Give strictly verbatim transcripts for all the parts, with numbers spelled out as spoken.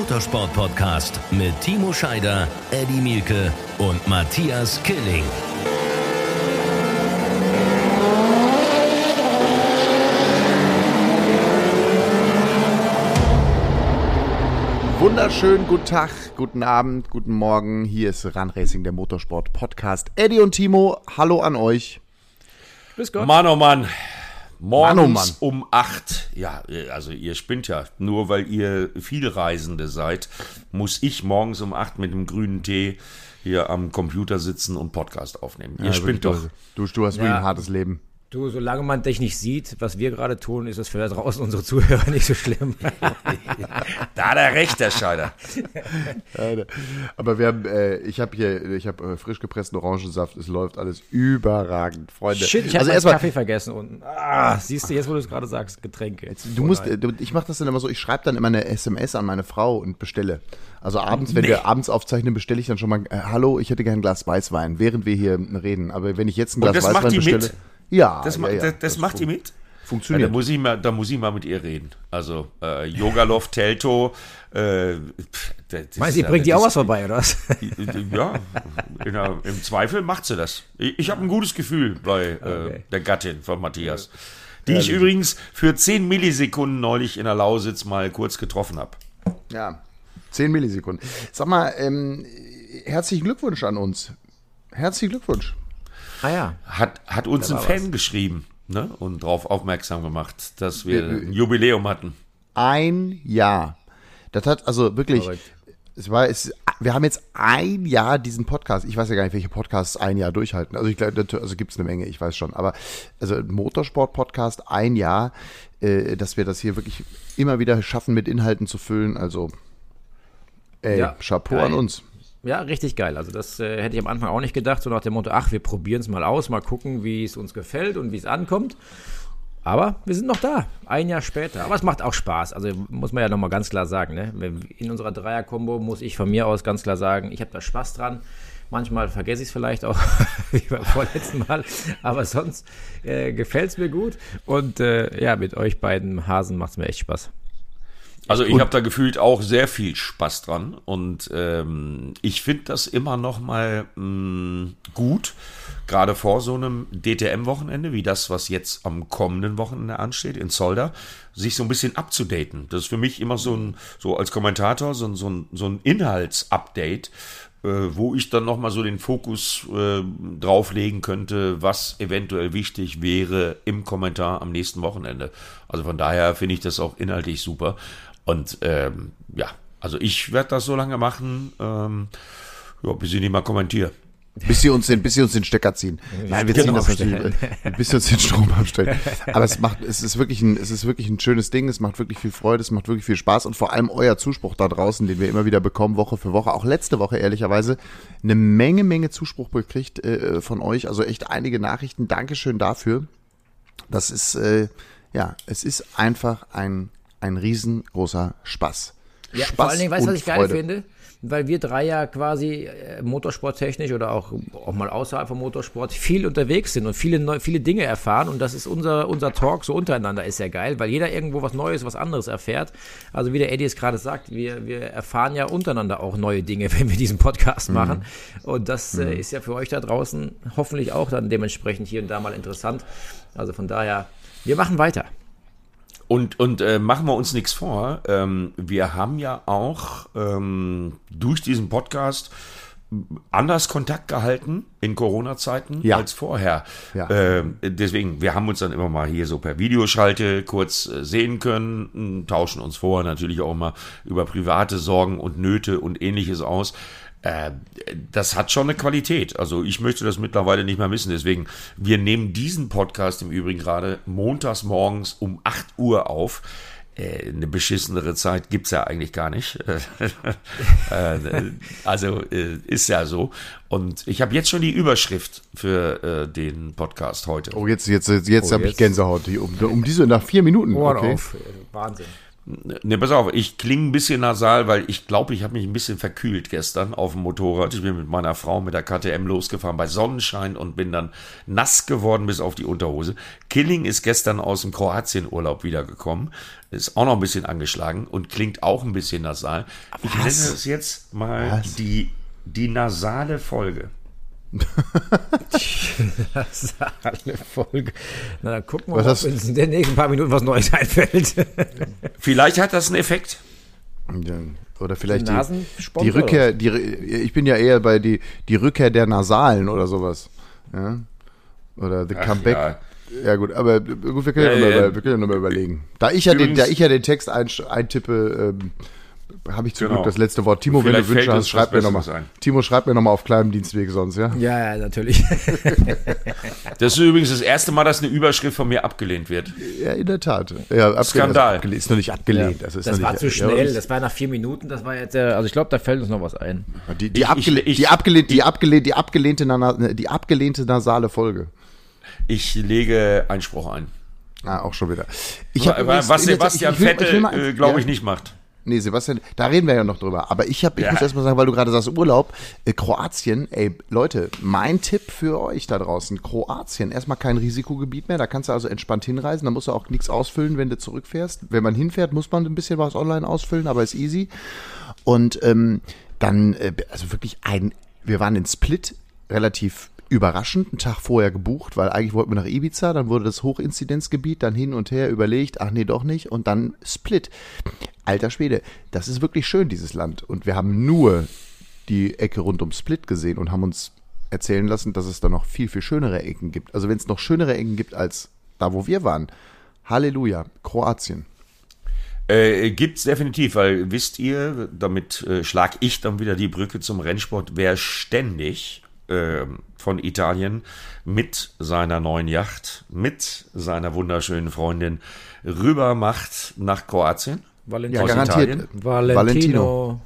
Motorsport-Podcast mit Timo Scheider, Eddie Mielke und Matthias Killing. Wunderschönen guten Tag, guten Abend, guten Morgen. Hier ist Run Racing, der Motorsport-Podcast. Eddie und Timo, hallo an euch. Grüß Gott. Mann, oh Mann. Morgens Mann, oh Mann. um acht. Ja, also ihr spinnt ja. Nur weil ihr Vielreisende seid, muss ich morgens um acht mit dem grünen Tee hier am Computer sitzen und Podcast aufnehmen. Ihr Ja, spinnt wirklich, doch. Du, du hast wirklich Ja. ein hartes Leben. Du, solange man dich nicht sieht, was wir gerade tun, ist es für da draußen unsere Zuhörer nicht so schlimm. Da hat er recht, der Scheider. Aber wir haben, äh, ich habe hier, ich habe äh, frisch gepressten Orangensaft. Es läuft alles überragend, Freunde. Shit, ich habe also meinen erstmal, Kaffee vergessen unten. Ah, siehst du, jetzt wo du es gerade sagst, Getränke. du musst, äh, du- ich mache das dann immer so. Ich schreibe dann immer eine S M S an meine Frau und bestelle. Also abends, wenn Nee. wir abends aufzeichnen, bestelle ich dann schon mal. Äh, Hallo, ich hätte gerne ein Glas Weißwein, während wir hier reden. Aber wenn ich jetzt ein Und Glas das macht Weißwein die bestelle, mit? ja, Das, ja, ma- ja, das, das macht fun- ihr mit? Ja, Funktioniert. da, muss ich mal, da muss ich mal mit ihr reden. Also äh, Yogaloft, Telto. Äh, pff, das ist Meinst du, ja- bringt die das auch was ist- vorbei, oder was? Ja, in der, im Zweifel macht sie das. Ich, ich habe ein gutes Gefühl bei äh, Okay. der Gattin von Matthias, die ich übrigens für zehn Millisekunden neulich in der Lausitz mal kurz getroffen habe. Ja, zehn Millisekunden. Sag mal, ähm, herzlichen Glückwunsch an uns. Herzlichen Glückwunsch. Ah ja. Hat, hat uns Da ein war Fan was. geschrieben, ne, und darauf aufmerksam gemacht, dass wir Äh, ein Jubiläum hatten. Ein Jahr. Das hat also wirklich, Verrückt. es war, es, wir haben jetzt ein Jahr diesen Podcast. Ich weiß ja gar nicht, welche Podcasts ein Jahr durchhalten. Also ich glaube, also gibt es eine Menge, ich weiß schon. Aber also Motorsport-Podcast, ein Jahr, äh, dass wir das hier wirklich immer wieder schaffen, mit Inhalten zu füllen. Also, ey, Ja, Chapeau geil. an uns. Ja, richtig geil. Also das äh, hätte ich am Anfang auch nicht gedacht, so nach dem Motto, ach, wir probieren es mal aus, mal gucken, wie es uns gefällt und wie es ankommt. Aber wir sind noch da, ein Jahr später. Aber es macht auch Spaß. Also muss man ja nochmal ganz klar sagen, ne? In unserer Dreier-Kombo muss ich von mir aus ganz klar sagen, ich habe da Spaß dran. Manchmal vergesse ich es vielleicht auch, wie beim vorletzten Mal. Aber sonst äh, gefällt es mir gut. Und äh, ja, mit euch beiden Hasen macht es mir echt Spaß. Also ich habe da gefühlt auch sehr viel Spaß dran und ähm, ich finde das immer noch mal mh, gut, gerade vor so einem D T M-Wochenende, wie das, was jetzt am kommenden Wochenende ansteht, in Zolder, sich so ein bisschen abzudaten. Das ist für mich immer so ein, so als Kommentator, so ein, so ein, so ein Inhaltsupdate, äh, wo ich dann noch mal so den Fokus äh, drauflegen könnte, was eventuell wichtig wäre im Kommentar am nächsten Wochenende. Also von daher finde ich das auch inhaltlich super. Und ähm, ja, also ich werde das so lange machen, ähm, ja, bis ich nicht mal kommentiere. Bis sie uns den, bis sie uns den Stecker ziehen. Nein, wir ziehen Strom das natürlich, bis sie uns den Strom abstellen. Aber es macht, es ist wirklich ein, es ist wirklich ein schönes Ding. Es macht wirklich viel Freude. Es macht wirklich viel Spaß und vor allem euer Zuspruch da draußen, den wir immer wieder bekommen, Woche für Woche. Auch letzte Woche ehrlicherweise eine Menge, Menge Zuspruch gekriegt äh, von euch. Also echt einige Nachrichten. Dankeschön dafür. Das ist, äh, ja, es ist einfach ein, ein riesengroßer Spaß. Ja, Spaß vor allen Dingen, weißt du, und was ich geil Freude. finde? Weil wir drei ja quasi äh, motorsporttechnisch oder auch, auch mal außerhalb vom Motorsport viel unterwegs sind und viele, neu, viele Dinge erfahren. Und das ist unser, unser Talk so untereinander, ist ja geil, weil jeder irgendwo was Neues, was anderes erfährt. Also wie der Eddie es gerade sagt, wir, wir erfahren ja untereinander auch neue Dinge, wenn wir diesen Podcast machen. Und das äh, ist ja für euch da draußen hoffentlich auch dann dementsprechend hier und da mal interessant. Also von daher, wir machen weiter. Und, und äh, machen wir uns nichts vor, ähm, wir haben ja auch ähm, durch diesen Podcast anders Kontakt gehalten in Corona-Zeiten Ja. als vorher. Ja. Ähm, deswegen, wir haben uns dann immer mal hier so per Videoschalte kurz äh, sehen können, m, tauschen uns vorher natürlich auch immer über private Sorgen und Nöte und Ähnliches aus. Äh, das hat schon eine Qualität. Also ich möchte das mittlerweile nicht mehr missen. Deswegen, wir nehmen diesen Podcast im Übrigen gerade montags morgens um acht Uhr auf. Äh, eine beschissenere Zeit gibt's ja eigentlich gar nicht. äh, also äh, ist ja so. Und ich habe jetzt schon die Überschrift für äh, den Podcast heute. Oh, jetzt, jetzt, jetzt, jetzt Oh, habe ich jetzt. Gänsehaut. Die- Um, um diese nach vier Minuten. Ohren Okay. auf. Wahnsinn. Ne, pass auf, ich klinge ein bisschen nasal, weil ich glaube, ich habe mich ein bisschen verkühlt gestern auf dem Motorrad. Ich bin mit meiner Frau mit der K T M losgefahren bei Sonnenschein und bin dann nass geworden bis auf die Unterhose. Killing ist gestern aus dem Kroatienurlaub wiedergekommen, ist auch noch ein bisschen angeschlagen und klingt auch ein bisschen nasal. Ich nenne das jetzt mal die, die nasale Folge. nasale Folge. Na, dann gucken wir Was mal, hast- ob uns in den nächsten paar Minuten was Neues einfällt. Vielleicht hat das einen Effekt. Ja, oder vielleicht die, Nasensponsor die Rückkehr, die, ich bin ja eher bei die, die Rückkehr der Nasalen oder sowas. Ja? Oder The Ach, Comeback. ja. Ja gut, aber gut, wir können ja, Ja, noch, ja, mal, ja. wir können ja noch mal überlegen. Da ich ja, den, Übrigens- da ich ja den Text ein, eintippe, ähm, habe ich zum Genau. Glück das letzte Wort. Timo, wenn Vielleicht du Wünsche fällt hast, uns schreib was mir nochmal. Besseres ein. Timo, schreib mir nochmal auf kleinem Dienstweg sonst, ja? Ja, ja, natürlich. Das ist übrigens das erste Mal, dass eine Überschrift von mir abgelehnt wird. Ja, in der Tat. Ja, abgelehnt, Skandal. Also abgelehnt, ist noch nicht abgelehnt. Das, ist Das noch war nicht, zu ja, schnell, aber das war nach vier Minuten, das war jetzt, äh, also ich glaube, da fällt uns noch was ein. Die, die, Ich- abgele ich- die, abgelehnt, die, abgelehnt, die, abgelehnte, Nana- die abgelehnte nasale Folge. Ich lege Einspruch ein. Ah, auch schon wieder. Ich hab Was übrigens- Sebastian ich will- ich will Vettel, mal- äh, glaube ja. ich, nicht macht. Nee, Sebastian, da reden wir ja noch drüber. Aber ich, hab, ich Ja. muss erst mal sagen, weil du gerade sagst, Urlaub, äh, Kroatien, ey, Leute, mein Tipp für euch da draußen, Kroatien, erstmal kein Risikogebiet mehr, da kannst du also entspannt hinreisen, da musst du auch nichts ausfüllen, wenn du zurückfährst. Wenn man hinfährt, muss man ein bisschen was online ausfüllen, aber ist easy. Und ähm, dann, äh, also wirklich ein, wir waren in Split, relativ überraschend, einen Tag vorher gebucht, weil eigentlich wollten wir nach Ibiza, dann wurde das Hochinzidenzgebiet, dann hin und her überlegt, ach nee, doch nicht, und dann Split. Alter Schwede, das ist wirklich schön, dieses Land. Und wir haben nur die Ecke rund um Split gesehen und haben uns erzählen lassen, dass es da noch viel, viel schönere Ecken gibt. Also wenn es noch schönere Ecken gibt als da, wo wir waren, Halleluja, Kroatien. Äh, gibt's definitiv, weil wisst ihr, damit äh, schlag ich dann wieder die Brücke zum Rennsport, wer ständig äh, von Italien mit seiner neuen Yacht, mit seiner wunderschönen Freundin rüber macht nach Kroatien. Valentino. Ja, Ja, Aus garantiert. Italien? Valentino. Valentino.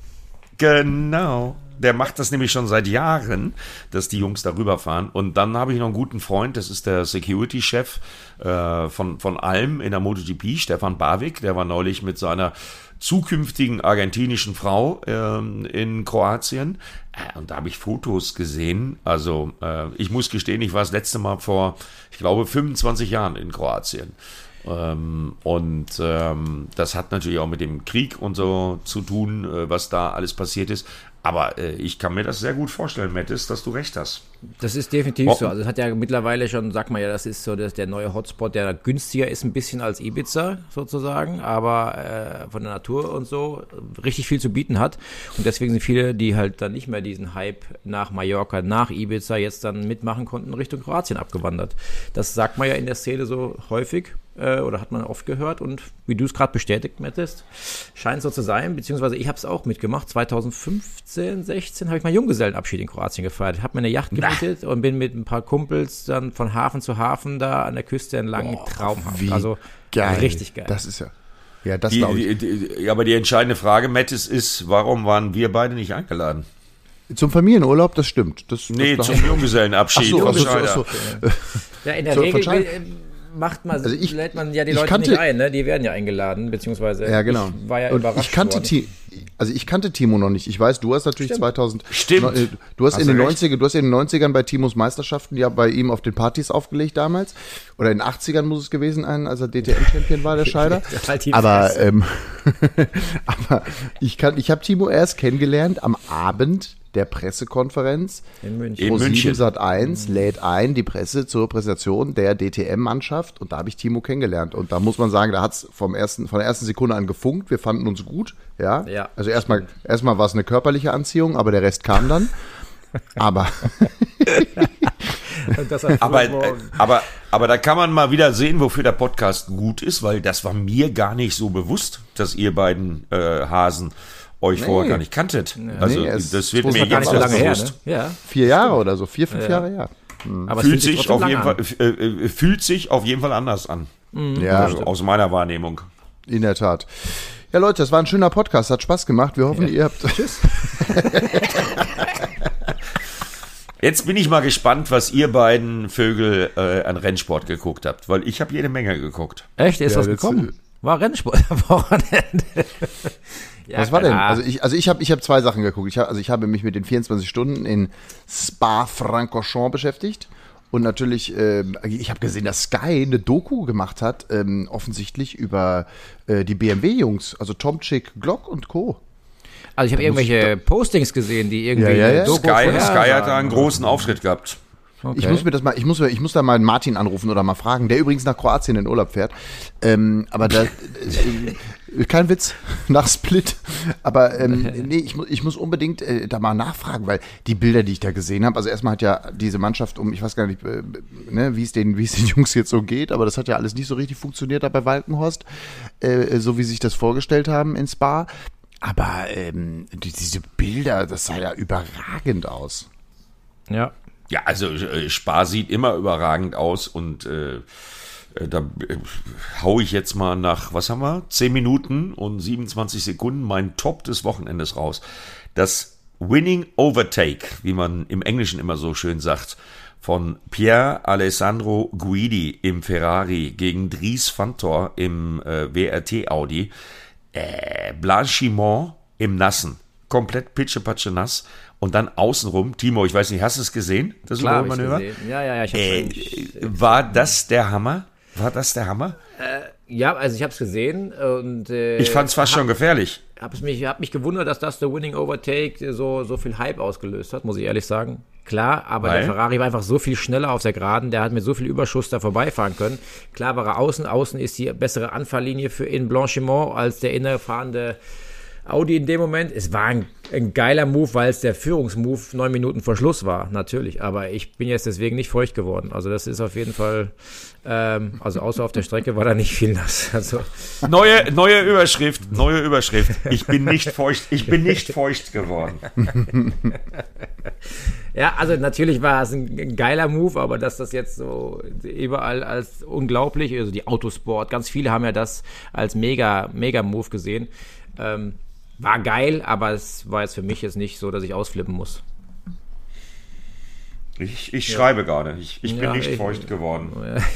Genau. Der macht das nämlich schon seit Jahren, dass die Jungs darüber fahren. Und dann habe ich noch einen guten Freund, das ist der Security-Chef äh, von, von Alm in der MotoGP, Stefan Barwig. Der war neulich mit seiner zukünftigen argentinischen Frau ähm, in Kroatien. Äh, und da habe ich Fotos gesehen. Also äh, ich muss gestehen, ich war das letzte Mal vor, ich glaube, fünfundzwanzig Jahren in Kroatien. Ähm, und ähm, das hat natürlich auch mit dem Krieg und so zu tun, äh, was da alles passiert ist. Aber äh, ich kann mir das sehr gut vorstellen, Mattis, dass du recht hast. Das ist definitiv Oh. so. Also es hat ja mittlerweile schon, sagt man ja, das ist so das, der neue Hotspot, der günstiger ist ein bisschen als Ibiza sozusagen, aber äh, von der Natur und so richtig viel zu bieten hat. Und deswegen sind viele, die halt dann nicht mehr diesen Hype nach Mallorca, nach Ibiza jetzt dann mitmachen konnten, Richtung Kroatien abgewandert. Das sagt man ja in der Szene so häufig äh, oder hat man oft gehört. Und wie du es gerade bestätigt, Mattest, scheint so zu sein, beziehungsweise ich habe es auch mitgemacht. zweitausendfünfzehn, sechzehn habe ich meinen Junggesellenabschied in Kroatien gefeiert. Ich habe mir eine Yacht gemietet und bin mit ein paar Kumpels dann von Hafen zu Hafen da an der Küste entlang. Traumhaft. Wie Also geil. richtig geil. Das ist ja, ja, das Die, glaube ich. die, die, aber die entscheidende Frage, Mattis, ist, warum waren wir beide nicht eingeladen? Zum Familienurlaub, das stimmt. Das, Nee, das, zum Junggesellenabschied. Ach so, und ach so, Scheider. ach so. Ja, in der So, Regel von Schein- äh, macht man, Also ich- lädt man ja die ich Leute kannte- nicht ein, ne? Die werden ja eingeladen, beziehungsweise Ja, genau. ich war ja Und überrascht ich kannte worden. Ti- also ich kannte Timo noch nicht. Ich weiß, du hast natürlich zweitausend Stimmt. äh, Du hast, Hast in du den recht. neunzigern, du hast in den neunzigern bei Timos Meisterschaften ja bei ihm auf den Partys aufgelegt damals. Oder in den achtzigern muss es gewesen sein, als er D T M-Champion war, der Scheider. Halt die aber Fresse. ähm, aber ich kann, ich habe Timo erst kennengelernt am Abend der Pressekonferenz. In München. In ProSieben München. Sat eins lädt ein die Presse zur Präsentation der D T M-Mannschaft und da habe ich Timo kennengelernt. Und da muss man sagen, da hat es vom ersten, von der ersten Sekunde an gefunkt. Wir fanden uns gut. Ja. Ja. Also erstmal, erstmal war es eine körperliche Anziehung, aber der Rest kam dann. Aber Und das am Aber, frühen äh, Morgen. aber, aber da kann man mal wieder sehen, wofür der Podcast gut ist, weil das war mir gar nicht so bewusst, dass ihr beiden äh, Hasen euch vorher gar nicht kanntet. Also Nee, es- das wird es mir war gar jetzt nicht so erst lange her, bewusst. ne? Ja. vier Jahre oder so, vier, fünf Jahre, ja. Aber es Fühlt sich trotzdem auf jeden lang Fall an. äh, äh, fühlt sich auf jeden Fall anders an. Ja, Also aus meiner Wahrnehmung. in der Tat. Ja, Leute, das war ein schöner Podcast, hat Spaß gemacht. Wir hoffen, ihr habt. Tschüss. Jetzt bin ich mal gespannt, was ihr beiden Vögel äh, an Rennsport geguckt habt, weil ich habe jede Menge geguckt. Echt, ist Ja, was jetzt, gekommen? War Rennsport am Wochenende. Ja, Was war denn? klar. Also ich, also ich habe ich hab zwei Sachen geguckt. Ich hab, also ich habe mich mit den vierundzwanzig Stunden in Spa-Francorchamps beschäftigt. Und natürlich, äh, ich habe gesehen, dass Sky eine Doku gemacht hat, ähm, offensichtlich über äh, die B M W-Jungs, also Tomczyk, Glock und Co. Also ich habe irgendwelche Postings gesehen, die irgendwie Ja, ja, ja. eine Doku Sky, vorhersagen. Sky hat da einen großen Auftritt gehabt. Okay. Ich muss mir das mal, ich muss, ich muss da mal einen Martin anrufen oder mal fragen, der übrigens nach Kroatien in Urlaub fährt. Ähm, aber da, äh, kein Witz, nach Split. Aber ähm, nee, ich, mu- ich muss unbedingt äh, da mal nachfragen, weil die Bilder, die ich da gesehen habe, also erstmal hat ja diese Mannschaft um, ich weiß gar nicht, äh, ne, wie es den, wie es den Jungs jetzt so geht, aber das hat ja alles nicht so richtig funktioniert da bei Walkenhorst, äh, so wie sie sich das vorgestellt haben in Spa. Aber ähm, die, diese Bilder, das sah ja überragend aus. Ja. Ja, also äh, Spa sieht immer überragend aus und äh, äh, da äh, hau ich jetzt mal nach, was haben wir, zehn Minuten und siebenundzwanzig Sekunden meinen Top des Wochenendes raus. Das Winning Overtake, wie man im Englischen immer so schön sagt, von Pier Alessandro Guidi im Ferrari gegen Dries Vanthoor im äh, W R T Audi. Äh, Blanchiment im Nassen. Komplett pitschepatsche nass. Und dann außenrum, Timo, ich weiß nicht, hast du es gesehen, das Klar, hab ich's Überholmanöver? gesehen. Ja, ja, ja. Ich hab's Äh, eigentlich- war das der Hammer? War das der Hammer? ja, also ich habe es gesehen und äh, Ich fand es fast schon gefährlich. Hab es mich, hab mich gewundert, dass das der Winning Overtake so, so viel Hype ausgelöst hat, muss ich ehrlich sagen. Klar, aber Weil? der Ferrari war einfach so viel schneller auf der Geraden, der hat mit so viel Überschuss da vorbeifahren können. Klar war er außen, außen ist die bessere Anfahrlinie für in Blanchiment als der innerfahrende Audi in dem Moment. Es war ein, ein geiler Move, weil es der Führungsmove neun Minuten vor Schluss war, natürlich. Aber ich bin jetzt deswegen nicht feucht geworden. Also das ist auf jeden Fall, ähm, also außer auf der Strecke war da nicht viel nass. Also Neue, neue Überschrift, neue Überschrift. Ich bin nicht feucht, ich bin nicht feucht geworden. ja, also natürlich war es ein, ein geiler Move, aber dass das jetzt so überall als unglaublich, also die Autosport, ganz viele haben ja das als mega, mega Move gesehen. Ähm, war geil, aber es war jetzt für mich jetzt nicht so, dass ich ausflippen muss. Ich, ich schreibe gerade, ich, ich bin Ja, nicht ich- feucht geworden.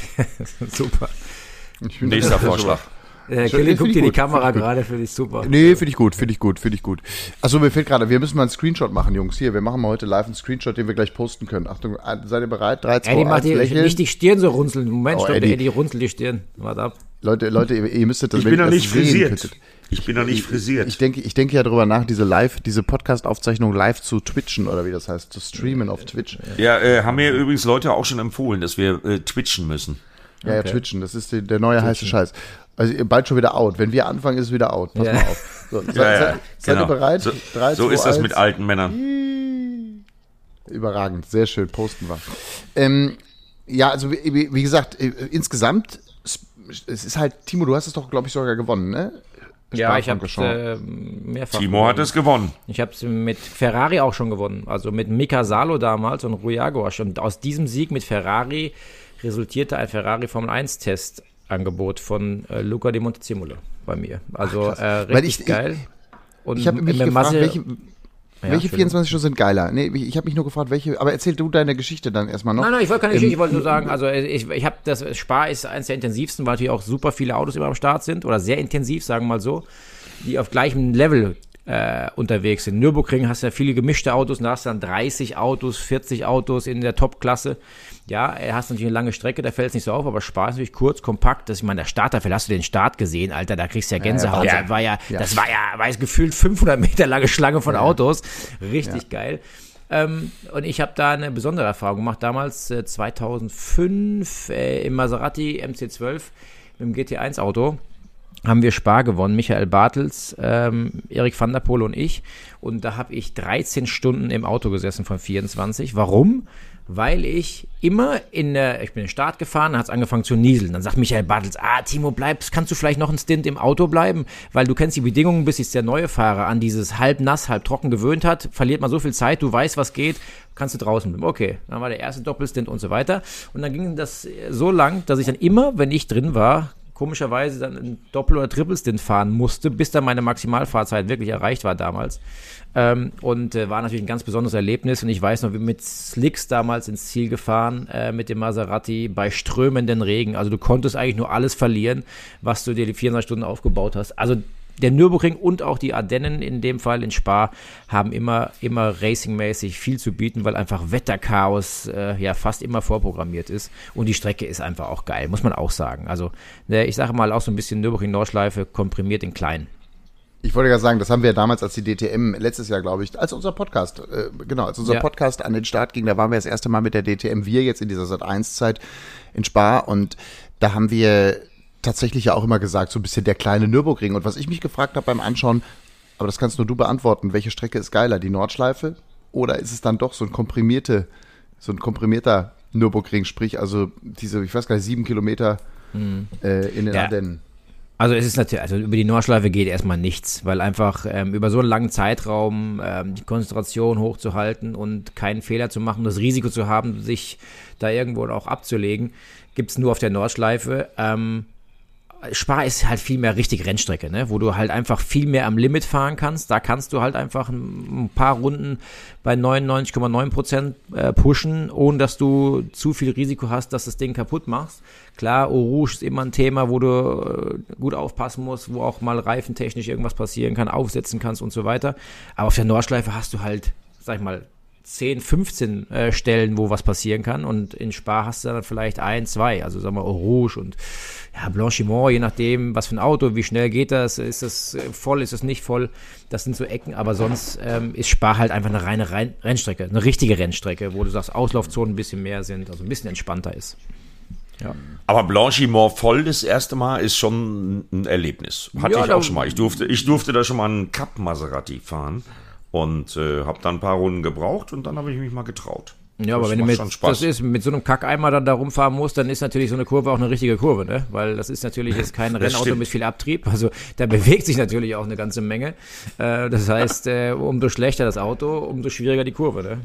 Super. Ich bin Nächster Vorschlag. Äh, Schön, Kelly find guckt ich dir die gut, Kamera find ich gut. gerade, finde ich super. Nee, finde ich gut, finde ich gut, finde ich gut. Achso, mir fehlt gerade, wir müssen mal einen Screenshot machen, Jungs. Hier, wir machen mal heute live einen Screenshot, den wir gleich posten können. Achtung, seid ihr bereit? drei, zwei, Eddie macht eins, die, lächeln. nicht die Stirn so runzeln. Moment, Oh, stopp, Eddie. Eddie. Eddie runzelt die Stirn. Warte ab. Leute, Leute, ihr, ihr müsstet das Ich wenn bin ihr noch das nicht sehen frisiert. könntet. Ich bin noch nicht frisiert. Ich denke, ich denke ja darüber nach, diese Live, diese Podcast-Aufzeichnung live zu twitchen oder wie das heißt, zu streamen auf Twitch. Ja, äh, haben mir übrigens Leute auch schon empfohlen, dass wir äh, twitchen müssen. Ja, ja, Okay. twitchen, das ist die, der neue heiße Scheiß. Also ihr bald schon wieder out. Wenn wir anfangen, ist es wieder out. Pass Ja. mal auf. So, seid, Ja, ja, seid, seid genau. ihr bereit? So, Drei, so zwei, ist das eins. mit alten Männern. Überragend, sehr schön, posten wir. Ähm, ja, also wie, wie wie gesagt, äh, insgesamt, es es ist halt, Timo, du hast es doch, glaube ich, sogar gewonnen, ne? Ja, ich habe Spa-Francorchamps. äh, mehrfach Timo hat gewonnen. es gewonnen. Ich habe es mit Ferrari auch schon gewonnen. Also mit Mika Salo damals und Rui Jaguar. Und aus diesem Sieg mit Ferrari resultierte ein Ferrari Formel eins Testangebot von äh, Luca Di Montezemolo bei mir. Also äh, richtig Weil ich- geil. Und Ich habe mich mit gefragt, Masse- welche, Ja, welche Entschuldigung. vierundzwanzig Stunden sind geiler? Nee, ich habe mich nur gefragt, welche, aber erzähl du deine Geschichte dann erstmal noch. Nein, nein, ich wollte keine Ähm, Geschichte, ich wollte nur sagen, also ich, ich habe das, Spa ist eines der intensivsten, weil natürlich auch super viele Autos immer am Start sind oder sehr intensiv, sagen wir mal so, die auf gleichem Level äh, unterwegs sind. Nürburgring hast du ja viele gemischte Autos, da hast du dann dreißig Autos, vierzig Autos in der Top-Klasse. Ja, er hast natürlich eine lange Strecke, da fällt es nicht so auf, aber Spa ist natürlich kurz, kompakt. Das, ich meine, der Starterfeld, hast du den Start gesehen, Alter, da kriegst du ja Gänsehaut. Ja, Das war ja, ja. das war ja, war es gefühlt fünfhundert Meter lange Schlange von Autos. Richtig geil. Ähm, und ich habe da eine besondere Erfahrung gemacht. Damals, äh, zweitausendfünf, äh, im Maserati M C zwölf mit dem G T eins Auto haben wir Spa gewonnen, Michael Bartels, ähm, Erik van der Poel und ich. Und da habe ich dreizehn Stunden im Auto gesessen von vierundzwanzig. Warum? Weil ich immer in der, ich bin in den Start gefahren, dann hat es angefangen zu nieseln. Dann sagt Michael Bartels, ah, Timo, bleibst, kannst du vielleicht noch einen Stint im Auto bleiben? Weil du kennst die Bedingungen, bis sich der neue Fahrer an dieses halb nass, halb trocken gewöhnt hat, verliert man so viel Zeit, du weißt, was geht, kannst du draußen bleiben. Okay, dann war der erste Doppelstint und so weiter. Und dann ging das so lang, dass ich dann immer, wenn ich drin war, komischerweise dann ein Doppel- oder Triple-Stint fahren musste, bis dann meine Maximalfahrzeit wirklich erreicht war damals. Ähm, und äh, war natürlich ein ganz besonderes Erlebnis. Und ich weiß noch, wir mit Slicks damals ins Ziel gefahren, äh, mit dem Maserati bei strömenden Regen. Also du konntest eigentlich nur alles verlieren, was du dir die vierundzwanzig Stunden aufgebaut hast. Also der Nürburgring und auch die Ardennen, in dem Fall in Spa, haben immer, immer racingmäßig viel zu bieten, weil einfach Wetterchaos äh, ja fast immer vorprogrammiert ist. Und die Strecke ist einfach auch geil, muss man auch sagen. Also ne, ich sage mal auch so ein bisschen Nürburgring-Nordschleife komprimiert in klein. Ich wollte ja sagen, das haben wir damals, als die D T M letztes Jahr, glaube ich, als unser Podcast, äh, genau, als unser ja. Podcast an den Start ging, da waren wir das erste Mal mit der D T M, wir jetzt in dieser Sat eins Zeit in Spa, und da haben wir tatsächlich ja auch immer gesagt, so ein bisschen der kleine Nürburgring. Und was ich mich gefragt habe beim Anschauen, aber das kannst nur du beantworten, welche Strecke ist geiler, die Nordschleife oder ist es dann doch so ein komprimierte, so ein komprimierter Nürburgring, sprich also diese, ich weiß gar nicht, sieben Kilometer mhm. äh, in den ja. Ardennen? Also es ist natürlich, also über die Nordschleife geht erstmal nichts, weil einfach ähm, über so einen langen Zeitraum ähm, die Konzentration hochzuhalten und keinen Fehler zu machen, das Risiko zu haben, sich da irgendwo auch abzulegen, gibt es nur auf der Nordschleife. Ähm, Spa ist halt viel mehr richtig Rennstrecke, ne? Wo du halt einfach viel mehr am Limit fahren kannst. Da kannst du halt einfach ein paar Runden bei neunundneunzig Komma neun Prozent äh, pushen, ohne dass du zu viel Risiko hast, dass das Ding kaputt machst. Klar, Eau Rouge ist immer ein Thema, wo du äh, gut aufpassen musst, wo auch mal reifentechnisch irgendwas passieren kann, aufsetzen kannst und so weiter. Aber auf der Nordschleife hast du halt, sag ich mal, zehn, fünfzehn äh, Stellen, wo was passieren kann, und in Spa hast du dann vielleicht ein, zwei, also sagen wir Eau Rouge und ja, Blanchiment, je nachdem, was für ein Auto, wie schnell geht das, ist das voll, ist das nicht voll, das sind so Ecken, aber sonst ähm, ist Spa halt einfach eine reine Rein- Rennstrecke, eine richtige Rennstrecke, wo du sagst, Auslaufzonen ein bisschen mehr sind, also ein bisschen entspannter ist. Ja. Aber Blanchiment voll das erste Mal ist schon ein Erlebnis. Hatte Ja, ich da- auch schon mal. Ich durfte, ich durfte da schon mal einen Cup Maserati fahren. Und äh, habe dann ein paar Runden gebraucht und dann habe ich mich mal getraut. Ja, aber das wenn du macht mit, schon Spaß. das ist, mit so einem Kackeimer dann da rumfahren musst, dann ist natürlich so eine Kurve auch eine richtige Kurve, ne? Weil das ist natürlich jetzt kein Rennauto stimmt. mit viel Abtrieb, also da bewegt sich natürlich auch eine ganze Menge. Äh, das heißt, äh, umso schlechter das Auto, umso schwieriger die Kurve, ne?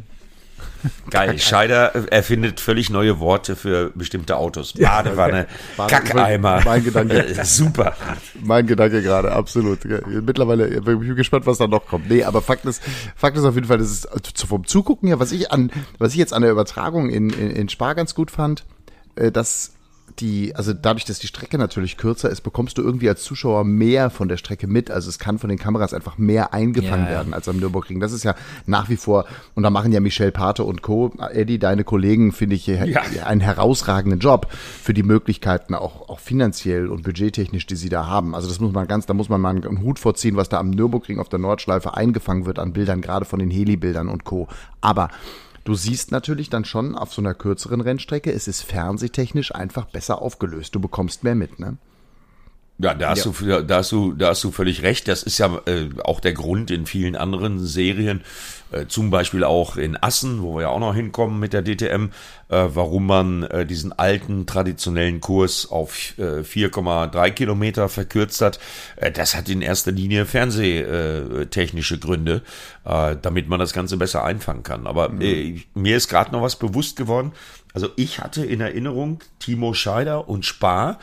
Geil. Scheider erfindet völlig neue Worte für bestimmte Autos. Badewanne, Kackeimer. Mein Gedanke. Super. Mein Gedanke gerade, absolut. Mittlerweile bin ich gespannt, was da noch kommt. Nee, aber Fakt ist, Fakt ist auf jeden Fall, das ist vom Zugucken her, was ich an, was ich jetzt an der Übertragung in, in, in Spa ganz gut fand, äh, dass die, also dadurch, dass die Strecke natürlich kürzer ist, bekommst du irgendwie als Zuschauer mehr von der Strecke mit. Also es kann von den Kameras einfach mehr eingefangen Ja, ja. werden als am Nürburgring. Das ist ja nach wie vor, und da machen ja Michel Pate und Co., Eddie, deine Kollegen, finde ich, Ja. einen herausragenden Job für die Möglichkeiten, auch, auch finanziell und budgettechnisch, die sie da haben. Also das muss man ganz, da muss man mal einen Hut vorziehen, was da am Nürburgring auf der Nordschleife eingefangen wird an Bildern, gerade von den Heli-Bildern und Co. Aber du siehst natürlich dann schon auf so einer kürzeren Rennstrecke, es ist fernsehtechnisch einfach besser aufgelöst. Du bekommst mehr mit, ne? Ja, da hast, Du, da, hast du, da hast du völlig recht. Das ist ja äh, auch der Grund in vielen anderen Serien, äh, zum Beispiel auch in Assen, wo wir ja auch noch hinkommen mit der D T M, äh, warum man äh, diesen alten traditionellen Kurs auf äh, vier Komma drei Kilometer verkürzt hat. Äh, das hat in erster Linie fernsehtechnische Gründe, äh, damit man das Ganze besser einfangen kann. Aber mhm. äh, mir ist gerade noch was bewusst geworden. Also ich hatte in Erinnerung Timo Scheider und Spa,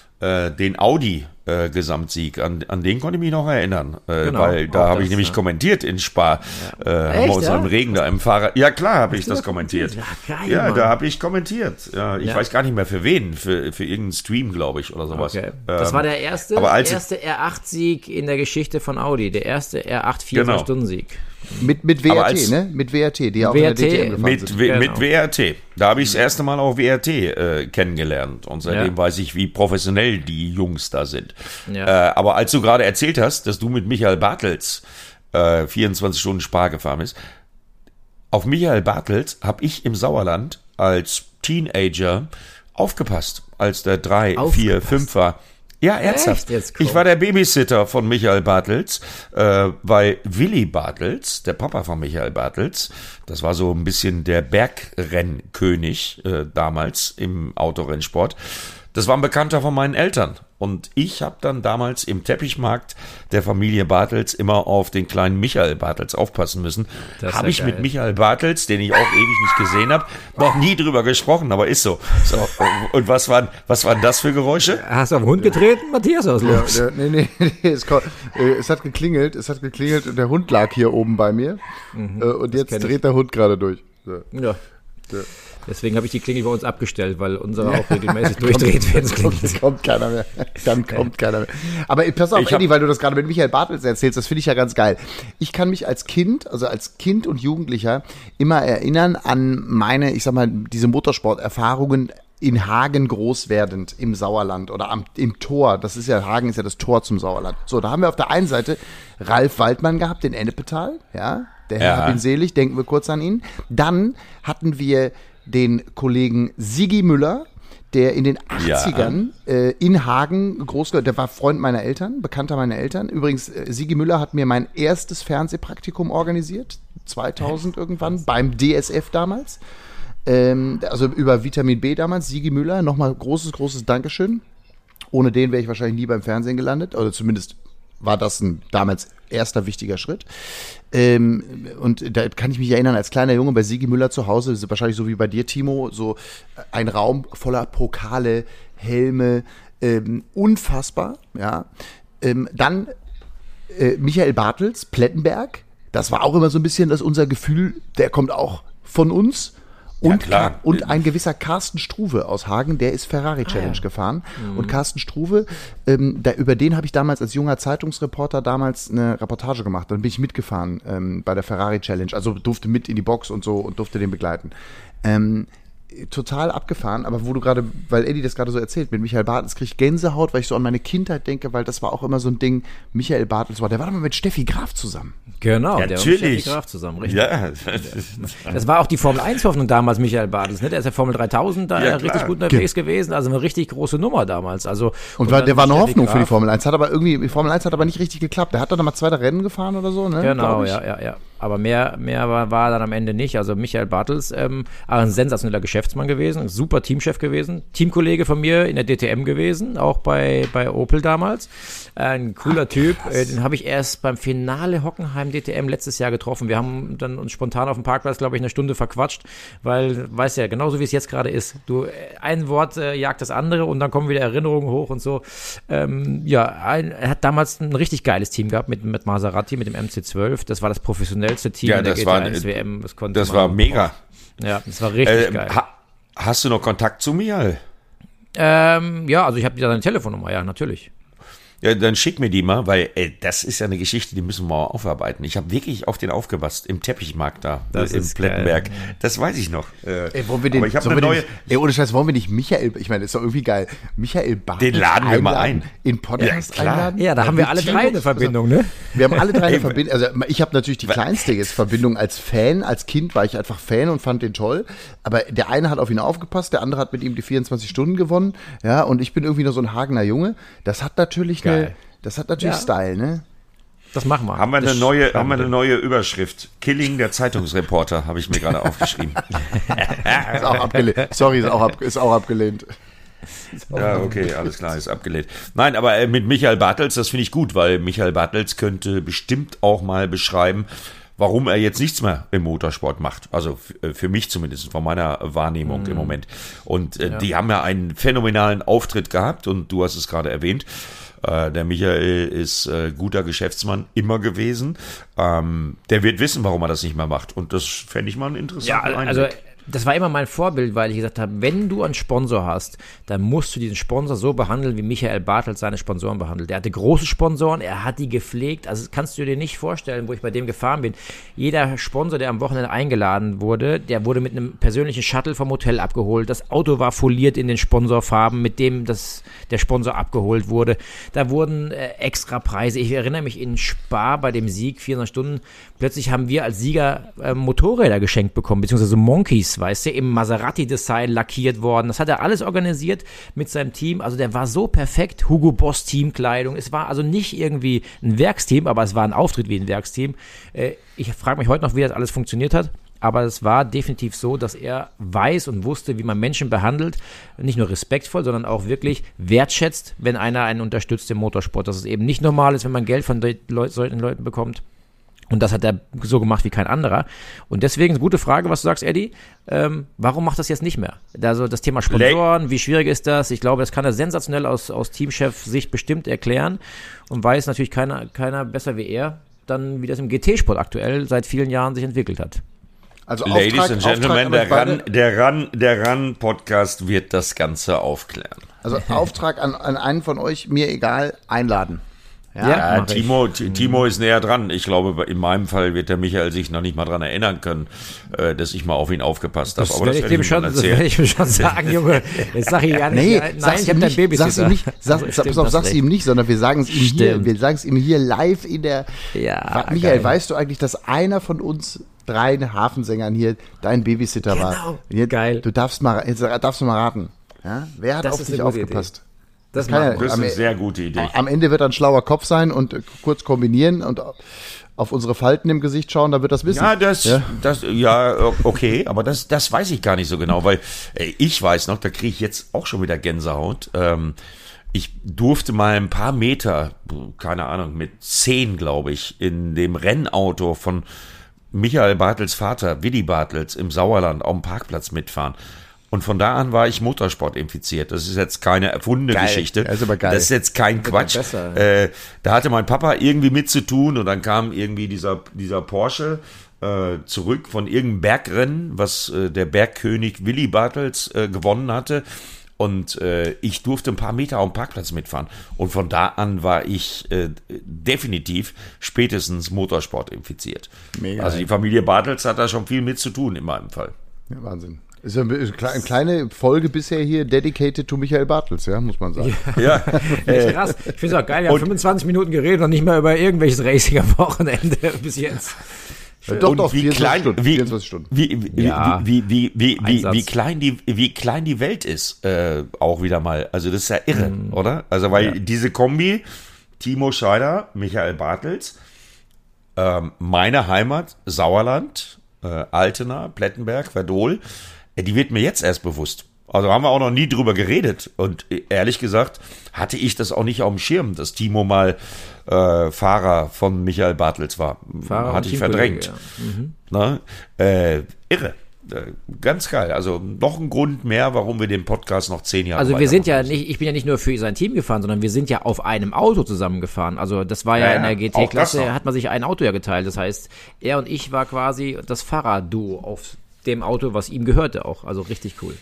den Audi-Gesamtsieg, äh, an, an den konnte ich mich noch erinnern, äh, Genau, weil da auch habe ich das, nämlich ja. kommentiert in Spa, ja. äh, haben Echt, wir uns ja? am Regen da im Fahrrad, ja klar habe ich du das das kommentiert, kommentiert? Ja, geil, ja Mann. da habe ich kommentiert, ja, ich Ja. weiß gar nicht mehr für wen, für, für irgendeinen Stream, glaube ich, oder sowas. Okay. Das Ähm, war der erste, aber als- erste R acht Sieg in der Geschichte von Audi, der erste R acht Genau. vierundzwanzig-Stunden-Sieg. Mit, mit Aber W R T, als- ne? Mit W R T, die ja auch in der W R T D T M gefahren Mit, sind. w- Genau. mit W R T. Da habe ich das erste Mal auch W R T äh, kennengelernt. Und seitdem Ja. weiß ich, wie professionell die Jungs da sind. Ja. Äh, aber als du gerade erzählt hast, dass du mit Michael Bartels äh, vierundzwanzig Stunden Spa gefahren bist, auf Michael Bartels habe ich im Sauerland als Teenager aufgepasst, als der drei, vier, Aufgepasst? fünf war. Ja, ernsthaft. Echt? Jetzt komm. Ich war der Babysitter von Michael Bartels, äh, weil Willi Bartels, der Papa von Michael Bartels, das war so ein bisschen der Bergrennkönig äh, damals im Autorennsport. Das war ein Bekannter von meinen Eltern. Und ich habe dann damals im Teppichmarkt der Familie Bartels immer auf den kleinen Michael Bartels aufpassen müssen. Habe ich geil. mit Michael Bartels, den ich auch ewig nicht gesehen habe, noch nie drüber gesprochen, aber ist so. so und was waren, was waren das für Geräusche? Hast du auf den Hund getreten, Matthias? Was los? Ja, nee, nee, nee es, kommt, es hat geklingelt, es hat geklingelt und der Hund lag hier oben bei mir. Mhm, und jetzt dreht ich. der Hund gerade durch. So. Ja. So. Deswegen habe ich die Klingel bei uns abgestellt, weil unsere auch regelmäßig durchdreht, wenn es klingelt. Dann kommt keiner mehr. Dann kommt keiner mehr. Aber pass auf, Eddie, weil du das gerade mit Michael Bartels erzählst, das finde ich ja ganz geil. Ich kann mich als Kind, also als Kind und Jugendlicher immer erinnern an meine, ich sag mal, diese Motorsporterfahrungen in Hagen groß werdend im Sauerland oder am, im Tor. Das ist ja, Hagen ist ja das Tor zum Sauerland. So, da haben wir auf der einen Seite Ralf Waldmann gehabt, den Ennepetal, ja. Der Herr ja. hat ihn selig, denken wir kurz an ihn. Dann hatten wir den Kollegen Sigi Müller, der in den achtzigern ja. äh, in Hagen groß, der war Freund meiner Eltern, Bekannter meiner Eltern. Übrigens, äh, Sigi Müller hat mir mein erstes Fernsehpraktikum organisiert, zweitausend irgendwann, beim D S F damals. Ähm, also über Vitamin B damals, Sigi Müller, nochmal großes, großes Dankeschön. Ohne den wäre ich wahrscheinlich nie beim Fernsehen gelandet, oder zumindest war das ein damals erster wichtiger Schritt. Ähm, und da kann ich mich erinnern, als kleiner Junge bei Sigi Müller zu Hause, das ist wahrscheinlich so wie bei dir, Timo, so ein Raum voller Pokale, Helme, ähm, unfassbar, ja. Ähm, dann äh, Michael Bartels, Plettenberg, das war auch immer so ein bisschen das unser Gefühl, der kommt auch von uns. Und, ja, klar. und ein gewisser Carsten Struve aus Hagen, der ist Ferrari Challenge ah, ja. gefahren. Mhm. Und Carsten Struve, ähm, da, über den habe ich damals als junger Zeitungsreporter damals eine Reportage gemacht. Dann bin ich mitgefahren ähm, bei der Ferrari Challenge. Also durfte mit in die Box und so und durfte den begleiten. Ähm, total abgefahren, aber wo du gerade, weil Eddie das gerade so erzählt, mit Michael Bartels kriege ich Gänsehaut, weil ich so an meine Kindheit denke, weil das war auch immer so ein Ding, Michael Bartels war, der war doch mal mit Steffi Graf zusammen. Genau, ja, der natürlich. war mit Steffi Graf zusammen, richtig. Ja. Das war auch die Formel eins Hoffnung damals, Michael Bartels, ne? Der ist ja Formel dreitausend da ja, richtig gut unterwegs Ge- gewesen, also eine richtig große Nummer damals. Also, und, und war, der war eine Hoffnung Graf. Für die Formel eins, hat aber irgendwie, die Formel eins hat aber nicht richtig geklappt. Der hat dann mal zwei Rennen gefahren oder so, ne? Genau, ja, ja, ja. Aber mehr, mehr war, war dann am Ende nicht. Also Michael Bartels, ähm, ein sensationeller Geschäftsmann gewesen, ein super Teamchef gewesen, Teamkollege von mir in der D T M gewesen, auch bei, bei Opel damals. Ein cooler Ach, Typ, äh, den habe ich erst beim Finale Hockenheim D T M letztes Jahr getroffen. Wir haben dann uns spontan auf dem Parkplatz, glaube ich, eine Stunde verquatscht, weil, weißt ja, genauso wie es jetzt gerade ist. Du, ein Wort äh, jagt das andere und dann kommen wieder Erinnerungen hoch und so. Ähm, ja, ein, er hat damals ein richtig geiles Team gehabt mit, mit Maserati, mit dem M C zwölf. Das war das professionellste Team ja, in der das G T eins W M. Das, konnte das war mega. Auch. Ja, das war richtig äh, geil. Ha, hast du noch Kontakt zu Michael? Ähm, ja, also ich habe ja seine Telefonnummer, ja, natürlich. Ja, dann schick mir die mal, weil ey, das ist ja eine Geschichte, die müssen wir mal aufarbeiten. Ich habe wirklich auf den aufgepasst, im Teppichmarkt da, das im Plettenberg. Geil. Das weiß ich noch. Ey, wollen wir den, aber ich habe eine neue... Den, ey, ohne Scheiß, wollen wir nicht Michael, ich meine, das ist doch irgendwie geil, Michael Bartels den laden wir mal ein. In Podcast ja, einladen? Ja, da ja, haben wir alle drei eine Verbindung, ne? Wir haben alle drei eine Verbindung, also ich habe natürlich die kleinste jetzt Verbindung als Fan, als Kind war ich einfach Fan und fand den toll, aber der eine hat auf ihn aufgepasst, der andere hat mit ihm die vierundzwanzig Stunden gewonnen, ja, und ich bin irgendwie noch so ein Hagener Junge. Das hat natürlich geil. eine... Das hat natürlich ja. Style, ne? Das machen wir. Haben wir, eine neue, haben wir eine neue Überschrift. Killing der Zeitungsreporter, habe ich mir gerade aufgeschrieben. Ist auch abgelehnt. Sorry, ist auch, ab, ist auch abgelehnt. Ist auch ja, okay, alles klar, ist abgelehnt. Nein, aber äh, mit Michael Bartels, das finde ich gut, weil Michael Bartels könnte bestimmt auch mal beschreiben, warum er jetzt nichts mehr im Motorsport macht. Also f- für mich zumindest, von meiner Wahrnehmung mm. im Moment. Und äh, ja. die haben ja einen phänomenalen Auftritt gehabt und du hast es gerade erwähnt. Der Michael ist äh, guter Geschäftsmann immer gewesen. Ähm, der wird wissen, warum er das nicht mehr macht. Und das fände ich mal einen interessanten ja, Einblick. Also das war immer mein Vorbild, weil ich gesagt habe, wenn du einen Sponsor hast, dann musst du diesen Sponsor so behandeln, wie Michael Bartels seine Sponsoren behandelt. Er hatte große Sponsoren, er hat die gepflegt. Also das kannst du dir nicht vorstellen, wo ich bei dem gefahren bin. Jeder Sponsor, der am Wochenende eingeladen wurde, der wurde mit einem persönlichen Shuttle vom Hotel abgeholt. Das Auto war foliert in den Sponsorfarben, mit dem das, der Sponsor abgeholt wurde. Da wurden äh, extra Preise. Ich erinnere mich in Spa bei dem Sieg, vierhundert Stunden, plötzlich haben wir als Sieger äh, Motorräder geschenkt bekommen, beziehungsweise Monkeys, weißt du, im Maserati-Design lackiert worden. Das hat er alles organisiert mit seinem Team. Also der war so perfekt. Hugo Boss Teamkleidung. Es war also nicht irgendwie ein Werksteam, aber es war ein Auftritt wie ein Werksteam. Äh, ich frage mich heute noch, wie das alles funktioniert hat. aber es war definitiv so, dass er weiß und wusste, wie man Menschen behandelt, nicht nur respektvoll, sondern auch wirklich wertschätzt, wenn einer einen unterstützt im Motorsport, dass es eben nicht normal ist, wenn man Geld von de- Leu- solchen Leuten bekommt. Und das hat er so gemacht wie kein anderer. Und deswegen, gute Frage, was du sagst, Eddie, ähm, warum macht das jetzt nicht mehr? Also das Thema Sponsoren, wie schwierig ist das? Ich glaube, das kann er sensationell aus, aus Teamchef-Sicht bestimmt erklären und weiß natürlich keiner, keiner besser wie er, dann wie das im G T-Sport aktuell seit vielen Jahren sich entwickelt hat. Also Ladies Auftrag, and Gentlemen, Auftrag der an Run, der Run, der Run Podcast wird das Ganze aufklären. Also Auftrag an, an einen von euch, mir egal, einladen. Ja, Ja, mach ich. Timo, T- Timo ist näher dran. Ich glaube, in meinem Fall wird der Michael sich noch nicht mal dran erinnern können, äh, dass ich mal auf ihn aufgepasst habe. Das Aber werde das ich, werde dem ich ihm schon- dann das werde erzählen. ich mir schon sagen, Junge. Jetzt sag ich ja nicht. Nee, nein, sag's ich ihm habe dein nicht, Babysitter. sag's ihm nicht, sag, Also, sag, stimmt, pass auf, hast sag's recht. ihm nicht, sondern wir sagen es ihm hier, Stimmt. wir sagen es ihm hier live in der, Ja, Michael, geil. weißt du eigentlich, dass einer von uns drei Hafensängern hier dein Babysitter war? Genau. Jetzt, Geil. Du darfst mal, jetzt darfst du mal raten. Ja? Wer hat Das auf ist dich eine gute aufgepasst? Das kann machen ja- wir. Das ist Am- eine sehr gute Idee. Am Ende wird er ein schlauer Kopf sein und äh, kurz kombinieren und auf unsere Falten im Gesicht schauen, da wird das wissen. Ja, das, Ja. das, ja, okay, aber das, das weiß ich gar nicht so genau, weil äh, ich weiß noch, da kriege ich jetzt auch schon wieder Gänsehaut. Ähm, ich durfte mal ein paar Meter, keine Ahnung, mit zehn, glaube ich, in dem Rennauto von Michael Bartels Vater, Willi Bartels, im Sauerland auf dem Parkplatz mitfahren. Und von da an war ich Motorsport infiziert. Das ist jetzt keine erfundene Geil. Geschichte. Das ist aber geil. Das ist jetzt kein Quatsch. besser. Äh, da hatte mein Papa irgendwie mit zu tun und dann kam irgendwie dieser, dieser Porsche äh, zurück von irgendeinem Bergrennen, was äh, der Bergkönig Willi Bartels äh, gewonnen hatte. Und äh, ich durfte ein paar Meter auf dem Parkplatz mitfahren. Und von da an war ich äh, definitiv spätestens Motorsport infiziert. Mega. Also die Familie Bartels hat da schon viel mit zu tun in meinem Fall. Ja, Wahnsinn. Ist ja eine eine kleine Folge bisher hier dedicated to Michael Bartels, ja, muss man sagen. Ja, Echt krass. Ich finde es auch geil, wir haben und- fünfundzwanzig Minuten geredet und nicht mehr über irgendwelches Racing am Wochenende bis jetzt. Ja, doch, und doch, wie vierundzwanzig klein, Stunden, wie, vierundzwanzig Stunden. Wie, wie, Ja. wie, wie, wie, wie, Einsatz. wie, klein die, wie klein die Welt ist, äh, auch wieder mal. Also das ist ja irre, Mhm. oder? Also weil diese Kombi, Timo Scheider, Michael Bartels, ähm, meine Heimat, Sauerland, äh, Altena, Plettenberg, Verdol, äh, die wird mir jetzt erst bewusst. Also haben wir auch noch nie drüber geredet. Und äh, ehrlich gesagt hatte ich das auch nicht auf dem Schirm, dass Timo mal äh, Fahrer von Michael Bartels war. Fahrer und hatte ich Teamkollege, verdrängt. ja. Ne? Äh, irre. Äh, ganz geil. Also noch ein Grund mehr, warum wir den Podcast noch zehn Jahre Also wir sind ja weitermachen müssen. nicht, ich bin ja nicht nur für sein Team gefahren, sondern wir sind ja auf einem Auto zusammengefahren. Also das war ja, Ja, in der ja, G auch das T-Klasse, noch. hat man sich ein Auto ja geteilt. Das heißt, er und ich war quasi das Fahrradduo auf dem Auto, was ihm gehörte auch. Also richtig cool.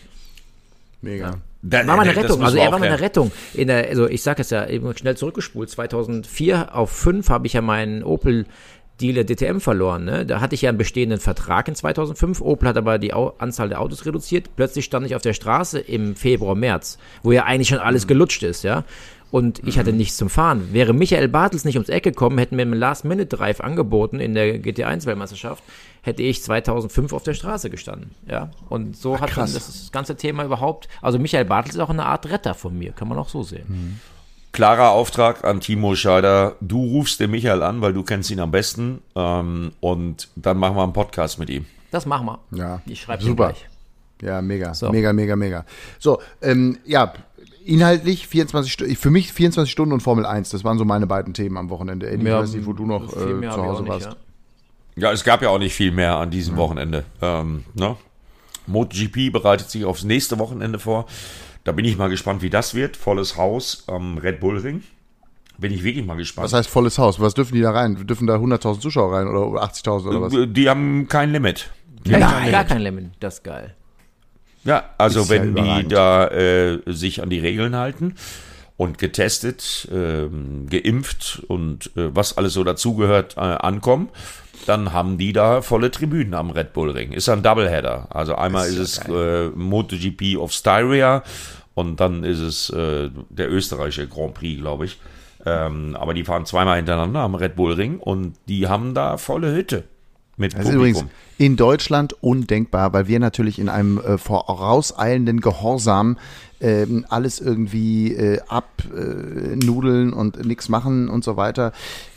Mega. Da- War mal eine das Rettung, müssen also wir er war mal eine aufklären. Rettung. In der, also ich sag es ja eben schnell zurückgespult, zweitausendvier auf fünf habe ich ja meinen Opel Dealer D T M verloren. Ne? Da hatte ich ja einen bestehenden Vertrag in zweitausendfünf. Opel hat aber die Au- Anzahl der Autos reduziert. Plötzlich stand ich auf der Straße im Februar, März, wo ja eigentlich schon alles gelutscht ist, ja. Und ich hatte nichts zum Fahren. Wäre Michael Bartels nicht ums Eck gekommen, hätten wir einen Last-Minute-Drive angeboten in der G T eins Weltmeisterschaft, hätte ich zweitausendfünf auf der Straße gestanden. Ja? Und so hat dann das, das ganze Thema überhaupt, also Michael Bartels ist auch eine Art Retter von mir, kann man auch so sehen. Klarer Auftrag an Timo Scheider. Du rufst den Michael an, weil du kennst ihn am besten. Ähm, und dann machen wir einen Podcast mit ihm. Das machen wir. Ja, Ich schreibe super. gleich. Ja, mega, So. mega, mega, mega. So, ähm, ja, inhaltlich vierundzwanzig Stunden, für mich vierundzwanzig Stunden und Formel eins, das waren so meine beiden Themen am Wochenende. Eddie, ich weiß nicht, wo du noch viel äh, mehr zu hab ich Hause auch warst. nicht, Ja, es gab ja auch nicht viel mehr an diesem Wochenende. Ähm, ne? MotoGP bereitet sich aufs nächste Wochenende vor. Da bin ich mal gespannt, wie das wird. Volles Haus am Red Bull Ring. Bin ich wirklich mal gespannt. Was heißt volles Haus? Was dürfen die da rein? Dürfen da hunderttausend Zuschauer rein oder achtzigtausend oder was? Die haben kein Limit. Die Ja. haben Ja, kein gar Limit. kein Limit, das ist geil. Ja, also Ist ja wenn die überragend. da äh, sich an die Regeln halten und getestet, ähm, geimpft und äh, was alles so dazugehört, äh, ankommen, dann haben die da volle Tribünen am Red Bull Ring. Ist ein Doubleheader. Also einmal ist, es äh, MotoGP of Styria und dann ist es äh, der österreichische Grand Prix, glaube ich. Ähm, aber die fahren zweimal hintereinander am Red Bull Ring und die haben da volle Hütte mit Das ist Publikum. übrigens in Deutschland undenkbar, weil wir natürlich in einem äh, vorauseilenden Gehorsam ähm, alles irgendwie äh, abnudeln äh, und nichts machen und so weiter.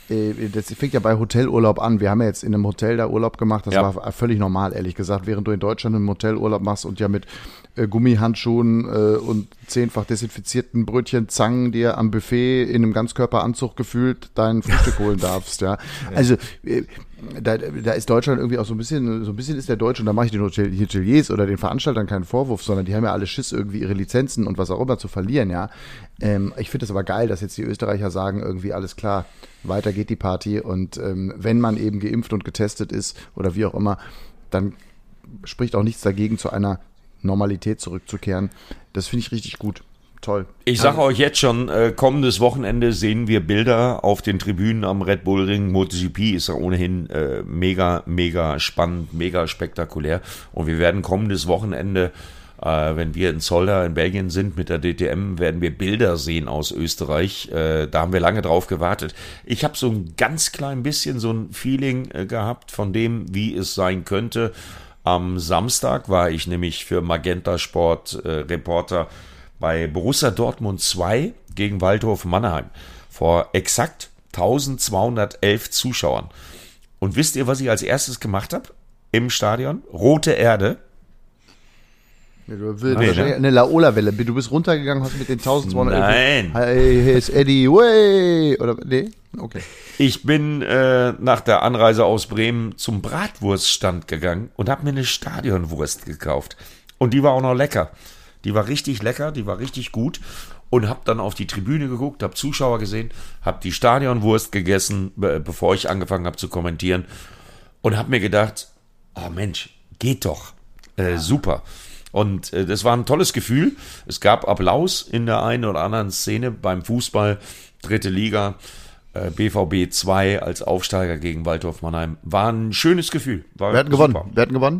das fängt ja bei Hotelurlaub an. Wir haben ja jetzt in einem Hotel da Urlaub gemacht. Das Ja. war völlig normal, ehrlich gesagt. Während du in Deutschland einen Hotelurlaub machst und ja mit äh, Gummihandschuhen äh, und zehnfach desinfizierten Brötchen Zangen dir am Buffet in einem Ganzkörperanzug gefühlt dein Frühstück holen darfst. Ja, also äh, da, da ist Deutschland irgendwie auch so ein bisschen, so ein bisschen ist der Deutsche, und da mache ich den Hotel, Hoteliers oder den Veranstaltern keinen Vorwurf, sondern die haben ja alle Schiss, irgendwie ihre Lizenzen und was auch immer zu verlieren, ja. Ähm, ich finde es aber geil, dass jetzt die Österreicher sagen, irgendwie alles klar, weiter geht die Party, und ähm, wenn man eben geimpft und getestet ist oder wie auch immer, dann spricht auch nichts dagegen, zu einer Normalität zurückzukehren. Das finde ich richtig gut. Toll. Ich sage euch jetzt schon, äh, kommendes Wochenende sehen wir Bilder auf den Tribünen am Red Bull Ring. MotoGP ist ja ohnehin äh, mega, mega spannend, mega spektakulär. Und wir werden kommendes Wochenende, äh, wenn wir in Zolder in Belgien sind mit der D T M, werden wir Bilder sehen aus Österreich. Äh, da haben wir lange drauf gewartet. Ich habe so ein ganz klein bisschen so ein Feeling äh, gehabt von dem, wie es sein könnte. Am Samstag war ich nämlich für Magenta Sport äh, Reporter bei Borussia Dortmund zwei gegen Waldhof Mannheim vor exakt eintausendzweihundertelf Zuschauern. Und wisst ihr, was ich als erstes gemacht habe im Stadion? Rote Erde. Nee, ne? Eine Laola-Welle. Du bist runtergegangen, hast mit den eintausendzweihundert. Nein. Hey, hier ist Eddie, way. Oder, nee? Okay. Ich bin äh, nach der Anreise aus Bremen zum Bratwurststand gegangen und habe mir eine Stadionwurst gekauft. Und die war auch noch lecker. Die war richtig lecker, die war richtig gut. Und habe dann auf die Tribüne geguckt, habe Zuschauer gesehen, habe die Stadionwurst gegessen, be- bevor ich angefangen habe zu kommentieren. Und habe mir gedacht, oh Mensch, geht doch. Äh, super. Und äh, das war ein tolles Gefühl. Es gab Applaus in der einen oder anderen Szene beim Fußball, dritte Liga, äh, B V B zwei als Aufsteiger gegen Waldhof Mannheim. War ein schönes Gefühl. War Wer hat super. gewonnen? Wer hat gewonnen?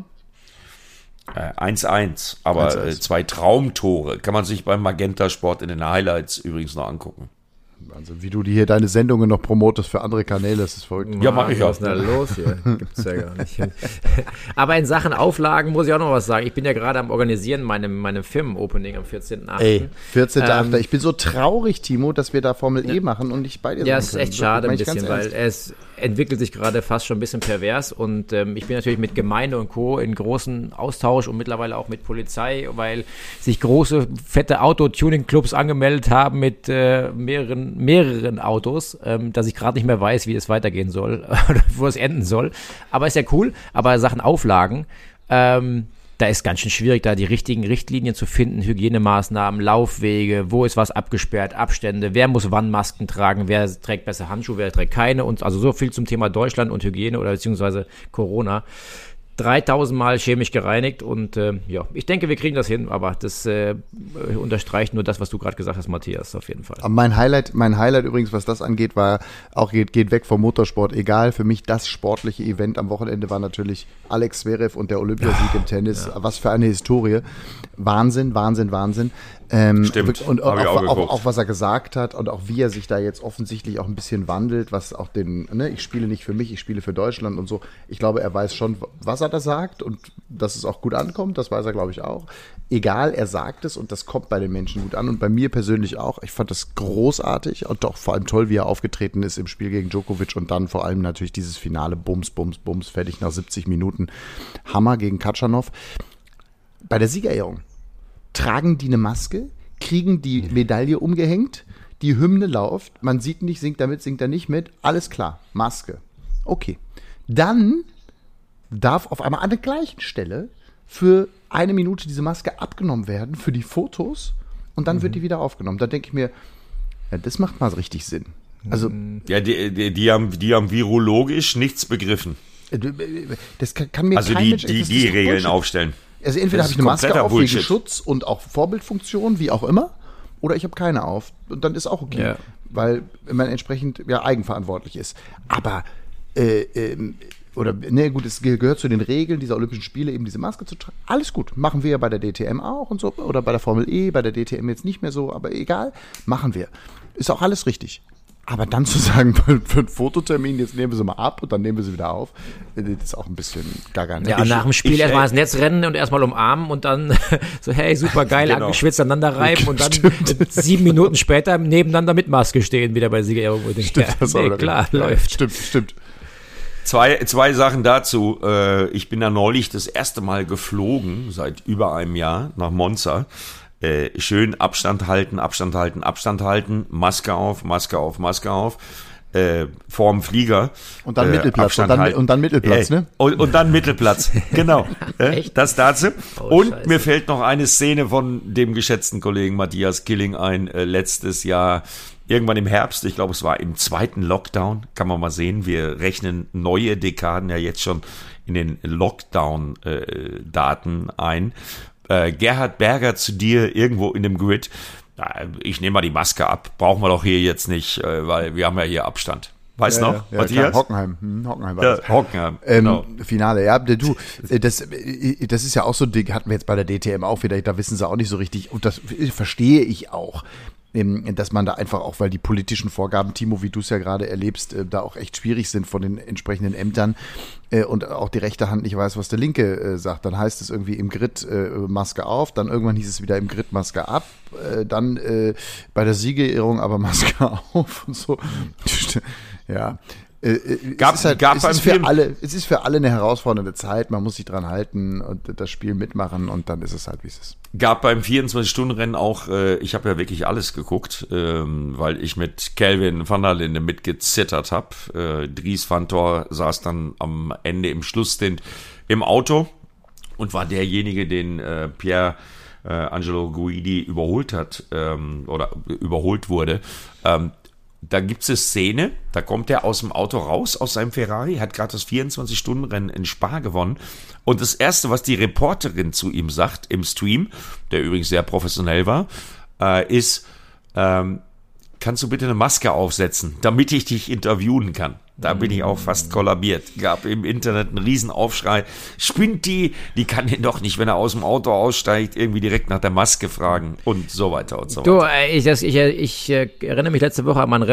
Äh, eins eins, aber eins eins. Äh, zwei Traumtore. Kann man sich beim Magenta Sport in den Highlights übrigens noch angucken. Also wie du die hier deine Sendungen noch promotest für andere Kanäle, das ist verrückt. Ja, mach ich auch. Was ist denn da los hier? Gibt's ja gar nicht. Aber in Sachen Auflagen muss ich auch noch was sagen. Ich bin ja gerade am Organisieren meinem, meinem Firmen-Opening am vierzehnten achten Ey, vierzehnten achten Ähm, Ich bin so traurig, Timo, dass wir da Formel E machen und nicht bei dir Ja, sein es ist können. echt schade ein Wirklich, meine ich bisschen, ganz weil ernst. es entwickelt sich gerade fast schon ein bisschen pervers und ähm, ich bin natürlich mit Gemeinde und Co. in großen Austausch und mittlerweile auch mit Polizei, weil sich große, fette Auto-Tuning-Clubs angemeldet haben mit äh, mehreren, mehreren Autos, ähm, dass ich gerade nicht mehr weiß, wie es weitergehen soll oder wo es enden soll. Aber ist ja cool, aber Sachen Auflagen, ähm, da ist ganz schön schwierig, da die richtigen Richtlinien zu finden, Hygienemaßnahmen, Laufwege, wo ist was abgesperrt, Abstände, wer muss wann Masken tragen, wer trägt besser Handschuhe, wer trägt keine und also so viel zum Thema Deutschland und Hygiene oder beziehungsweise Corona. dreitausend Mal chemisch gereinigt und äh, ja, ich denke, wir kriegen das hin, aber das äh, unterstreicht nur das, was du gerade gesagt hast, Matthias, auf jeden Fall. Aber mein Highlight, mein Highlight übrigens, was das angeht, war auch geht, geht weg vom Motorsport. Egal, für mich das sportliche Event am Wochenende war natürlich Alex Zverev und der Olympiasieg im Tennis. Ja. Was für eine Historie. Wahnsinn, Wahnsinn, Wahnsinn. Ähm, Stimmt, und auch, hab ich auch auch, geguckt. auch was er gesagt hat und auch wie er sich da jetzt offensichtlich auch ein bisschen wandelt, was auch den, ne, ich spiele nicht für mich, ich spiele für Deutschland und so. Ich glaube, er weiß schon, was er da sagt und dass es auch gut ankommt, das weiß er, glaube ich, auch. Egal, er sagt es und das kommt bei den Menschen gut an und bei mir persönlich auch. Ich fand das großartig und auch vor allem toll, wie er aufgetreten ist im Spiel gegen Djokovic und dann vor allem natürlich dieses Finale, Bums, Bums, Bums, fertig nach siebzig Minuten. Hammer gegen Katschanov. Bei der Siegerehrung tragen die eine Maske, kriegen die Medaille umgehängt, die Hymne läuft, man sieht nicht, singt damit, singt er nicht mit, alles klar, Maske. Okay. Dann darf auf einmal an der gleichen Stelle für eine Minute diese Maske abgenommen werden, für die Fotos, und dann mhm. wird die wieder aufgenommen. Da denke ich mir, ja, das macht mal richtig Sinn. Also, Ja, die, die, die, haben, die haben virologisch nichts begriffen. das kann, kann mir Also kein die, Mensch, die, das ist die doch Regeln Bullshit. aufstellen. Also entweder Das habe ich ist eine Maske kompletter auf wegen Bullshit. Schutz und auch Vorbildfunktion, wie auch immer, oder ich habe keine auf. Und dann ist auch okay, Ja. weil man entsprechend ja eigenverantwortlich ist. Aber, äh, ähm, oder, ne, gut, es gehört zu den Regeln dieser Olympischen Spiele, eben diese Maske zu tragen. Alles gut, machen wir ja bei der D T M auch und so, oder bei der Formel E, bei der D T M jetzt nicht mehr so, aber egal, machen wir. Ist auch alles richtig. Aber dann zu sagen, für, für einen Fototermin, jetzt nehmen wir sie mal ab und dann nehmen wir sie wieder auf, das ist auch ein bisschen gaga. Ne? Ja, Ich- nach dem Spiel ich- erstmal ins Netz rennen und erstmal umarmen und dann so, hey, super geil, Genau. angeschwitzt aneinander reiben und dann Stimmt. sieben Minuten später nebeneinander mit Maske stehen, wieder bei Siegerehrung. Ja, Das war nee, wieder- klar, ja, läuft. Stimmt, stimmt. Zwei, zwei Sachen dazu. Äh, ich bin da neulich das erste Mal geflogen, seit über einem Jahr, nach Monza. Äh, schön Abstand halten, Abstand halten, Abstand halten, Maske auf, Maske auf, Maske auf. Äh, vorm Flieger. Und dann äh, Mittelplatz. Abstand Und dann- halten. und dann Mittelplatz, Äh, ne? Und, und dann Mittelplatz, genau. Äh, Echt? das dazu. Oh, und Scheiße. mir fällt noch eine Szene von dem geschätzten Kollegen Matthias Killing ein, äh, letztes Jahr, irgendwann im Herbst, ich glaube, es war im zweiten Lockdown, kann man mal sehen. Wir rechnen neue Dekaden ja jetzt schon in den Lockdown-Daten ein. Äh, Gerhard Berger zu dir irgendwo in dem Grid. Ja, ich nehme mal die Maske ab, brauchen wir doch hier jetzt nicht, äh, weil wir haben ja hier Abstand. Weißt du Ja, noch, ja, Matthias? klar, Hockenheim. Hm, Hockenheim war Ja, das. Hockenheim, Ähm, genau. Finale, ja, du, äh, das, äh, das ist ja auch so, die hatten wir jetzt bei der D T M auch wieder, da wissen sie auch nicht so richtig, und das verstehe ich auch, ähm, dass man da einfach auch, weil die politischen Vorgaben, Timo, wie du es ja gerade erlebst, äh, da auch echt schwierig sind von den entsprechenden Ämtern äh, und auch die rechte Hand nicht weiß, was der linke äh, sagt. Dann heißt es irgendwie im Grid äh, Maske auf, dann irgendwann hieß es wieder im Grid Maske ab, äh, dann äh, bei der Siegerehrung aber Maske auf und so. Ja. Äh, äh, Gab- es ist halt, gab es beim ist für Film- alle, es ist für alle eine herausfordernde Zeit, man muss sich dran halten und das Spiel mitmachen und dann ist es halt, wie es ist. Gab beim vierundzwanzig-Stunden-Rennen auch, äh, ich habe ja wirklich alles geguckt, ähm, weil ich mit Kelvin van der Linde mitgezittert habe. Äh, Dries van Tor saß dann am Ende im Schlussstint im Auto und war derjenige, den äh, Pierre äh, Angelo Guidi überholt hat ähm, oder überholt wurde. Ähm, Da gibt es eine Szene, da kommt er aus dem Auto raus, aus seinem Ferrari, hat gerade das vierundzwanzig-Stunden-Rennen in Spa gewonnen. Und das Erste, was die Reporterin zu ihm sagt im Stream, der übrigens sehr professionell war, äh, ist, ähm, kannst du bitte eine Maske aufsetzen, damit ich dich interviewen kann? Da bin ich auch fast kollabiert. Gab im Internet einen riesen Aufschrei. Spinnt die? Die kann den doch nicht, wenn er aus dem Auto aussteigt, irgendwie direkt nach der Maske fragen und so weiter und so Du, weiter. äh, ich, das, ich, äh, ich äh, erinnere mich letzte Woche an meinen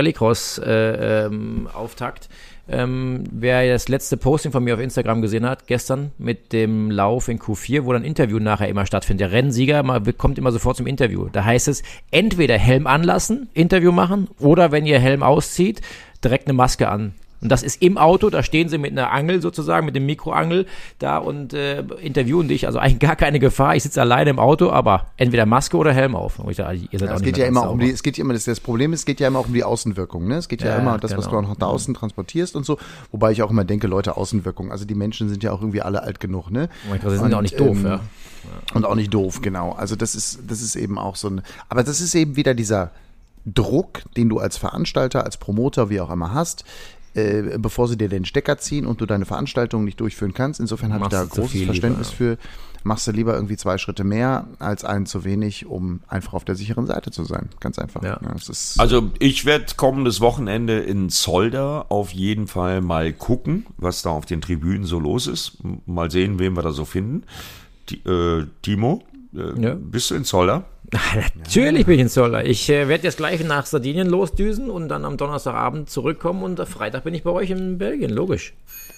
Rallycross-Auftakt. Ähm, wer das letzte Posting von mir auf Instagram gesehen hat, gestern mit dem Lauf in Q vier, wo dann Interview nachher immer stattfindet. Der Rennsieger mal, kommt immer sofort zum Interview. Da heißt es, entweder Helm anlassen, Interview machen, oder wenn ihr Helm auszieht, direkt eine Maske an. Und das ist im Auto, da stehen sie mit einer Angel sozusagen, mit dem Mikroangel da und äh, interviewen dich. Also eigentlich gar keine Gefahr. Ich sitze alleine im Auto, aber entweder Maske oder Helm auf. Und ich sage, ihr seid Ja, auch es nicht geht mehr ja ganz immer um sauber. die, es geht ja immer, das, das Problem ist, es geht ja immer auch um die Außenwirkung, ne? Es geht ja, Ja, immer das, was genau. du auch nach außen transportierst und so. Wobei ich auch immer denke, Leute, Außenwirkung. Also die Menschen sind ja auch irgendwie alle alt genug, ne? Oh mein Gott, sie sind ja auch nicht doof, ähm, ja. Und auch nicht doof, genau. Also das ist, das ist eben auch so ein, aber das ist eben wieder dieser Druck, den du als Veranstalter, als Promoter, wie auch immer hast, äh, bevor sie dir den Stecker ziehen und du deine Veranstaltung nicht durchführen kannst. Insofern habe ich Machst da du zu großes viel Verständnis lieber, für. Machst du lieber irgendwie zwei Schritte mehr als einen zu wenig, um einfach auf der sicheren Seite zu sein. Ganz einfach. Ja. das ist, Also ich werde kommendes Wochenende in Zolder auf jeden Fall mal gucken, was da auf den Tribünen so los ist. M- Mal sehen, wen wir da so finden. Ti- äh, Timo, äh, Ja. bist du in Zolder? Natürlich bin ich in Zolder. Ich äh, werde jetzt gleich nach Sardinien losdüsen und dann am Donnerstagabend zurückkommen und am Freitag bin ich bei euch in Belgien, logisch.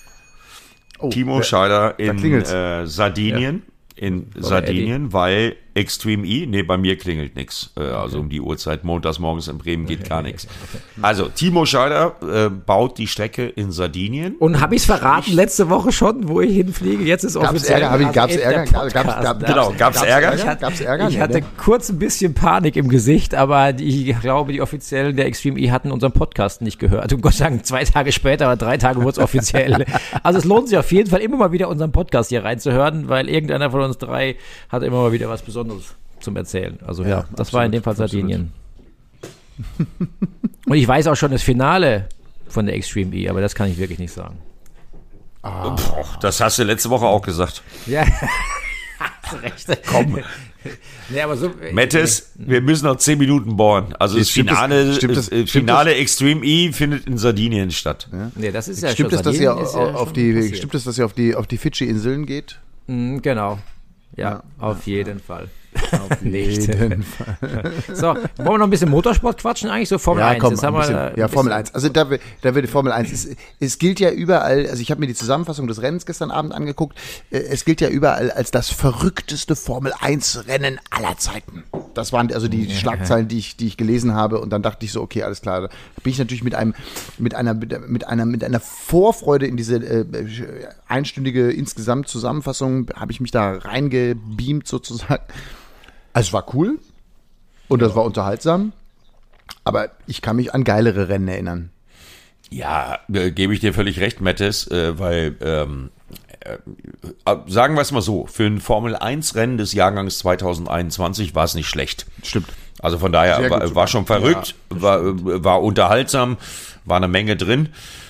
oh, Timo wer- Scheider in klingelt's. äh, Sardinien. In Bei Sardinien, weil Extreme E, nee, bei mir klingelt nichts. Äh, also um die Uhrzeit, montags morgens in Bremen geht gar nichts. Also Timo Scheider äh, baut die Strecke in Sardinien. Und habe ich es verraten letzte Woche schon, wo ich hinfliege? Jetzt ist Gab's offiziell. Ärger? Hab ich- also gab's in der Ärger? Gab's- Podcast, gab's- ne? Genau, gab's Ärger? Ich hatte, Gab's Ärger? Ich Nee, hatte ne? kurz ein bisschen Panik im Gesicht, aber die, ich glaube, die Offiziellen der Extreme E hatten unseren Podcast nicht gehört. Und Gott sei Dank, zwei Tage später, aber drei Tage wurde es offiziell. Also es lohnt sich auf jeden Fall immer mal wieder unseren Podcast hier reinzuhören, weil irgendeiner von uns drei hat immer mal wieder was Besonderes zum Erzählen. Also ja, Ja, das absolut, war in dem Fall Sardinien. Und ich weiß auch schon das Finale von der Extreme E, aber das kann ich wirklich nicht sagen. Boah, das hast du letzte Woche auch gesagt. Ja, hast recht. Komm. Nee, aber so, Mettes, wir müssen noch zehn Minuten bohren. Also das Stimmt das- Finale, stimmt das- äh, stimmt Finale Extreme E findet in Sardinien statt. Nee, das ist ja Stimmt schon es, dass ihr Sardinien ist ja auf schon die, passiert. stimmt es, dass ihr auf die, auf die Fidschi-Inseln geht? Mhm, genau. Ja, Ja, auf jeden Fall. Auf jeden Fall. So, wollen wir noch ein bisschen Motorsport quatschen eigentlich? So Formel Ja, eins. komm, Jetzt ein haben wir, bisschen, äh, ja, ein Formel bisschen- eins. Also da, wi- da wird die Formel eins, es, es gilt ja überall, also ich habe mir die Zusammenfassung des Rennens gestern Abend angeguckt, äh, es gilt ja überall als das verrückteste Formel eins Rennen aller Zeiten. Das waren also die Schlagzeilen, die ich, die ich gelesen habe, und dann dachte ich so, okay, alles klar. Da bin ich natürlich mit einem, mit einer, mit einer, mit einer Vorfreude in diese äh, einstündige insgesamt Zusammenfassung, habe ich mich da reingebeamt sozusagen. Also es war cool und das war unterhaltsam, aber ich kann mich an geilere Rennen erinnern. Ja, äh, gebe ich dir völlig recht, Mattes, äh, weil, ähm, äh, äh, sagen wir es mal so, für ein Formel eins Rennen des Jahrgangs zwanzig einundzwanzig war es nicht schlecht. Stimmt. Also von daher Sehr gut war, sogar. war schon verrückt, war, äh, war unterhaltsam, war eine Menge drin.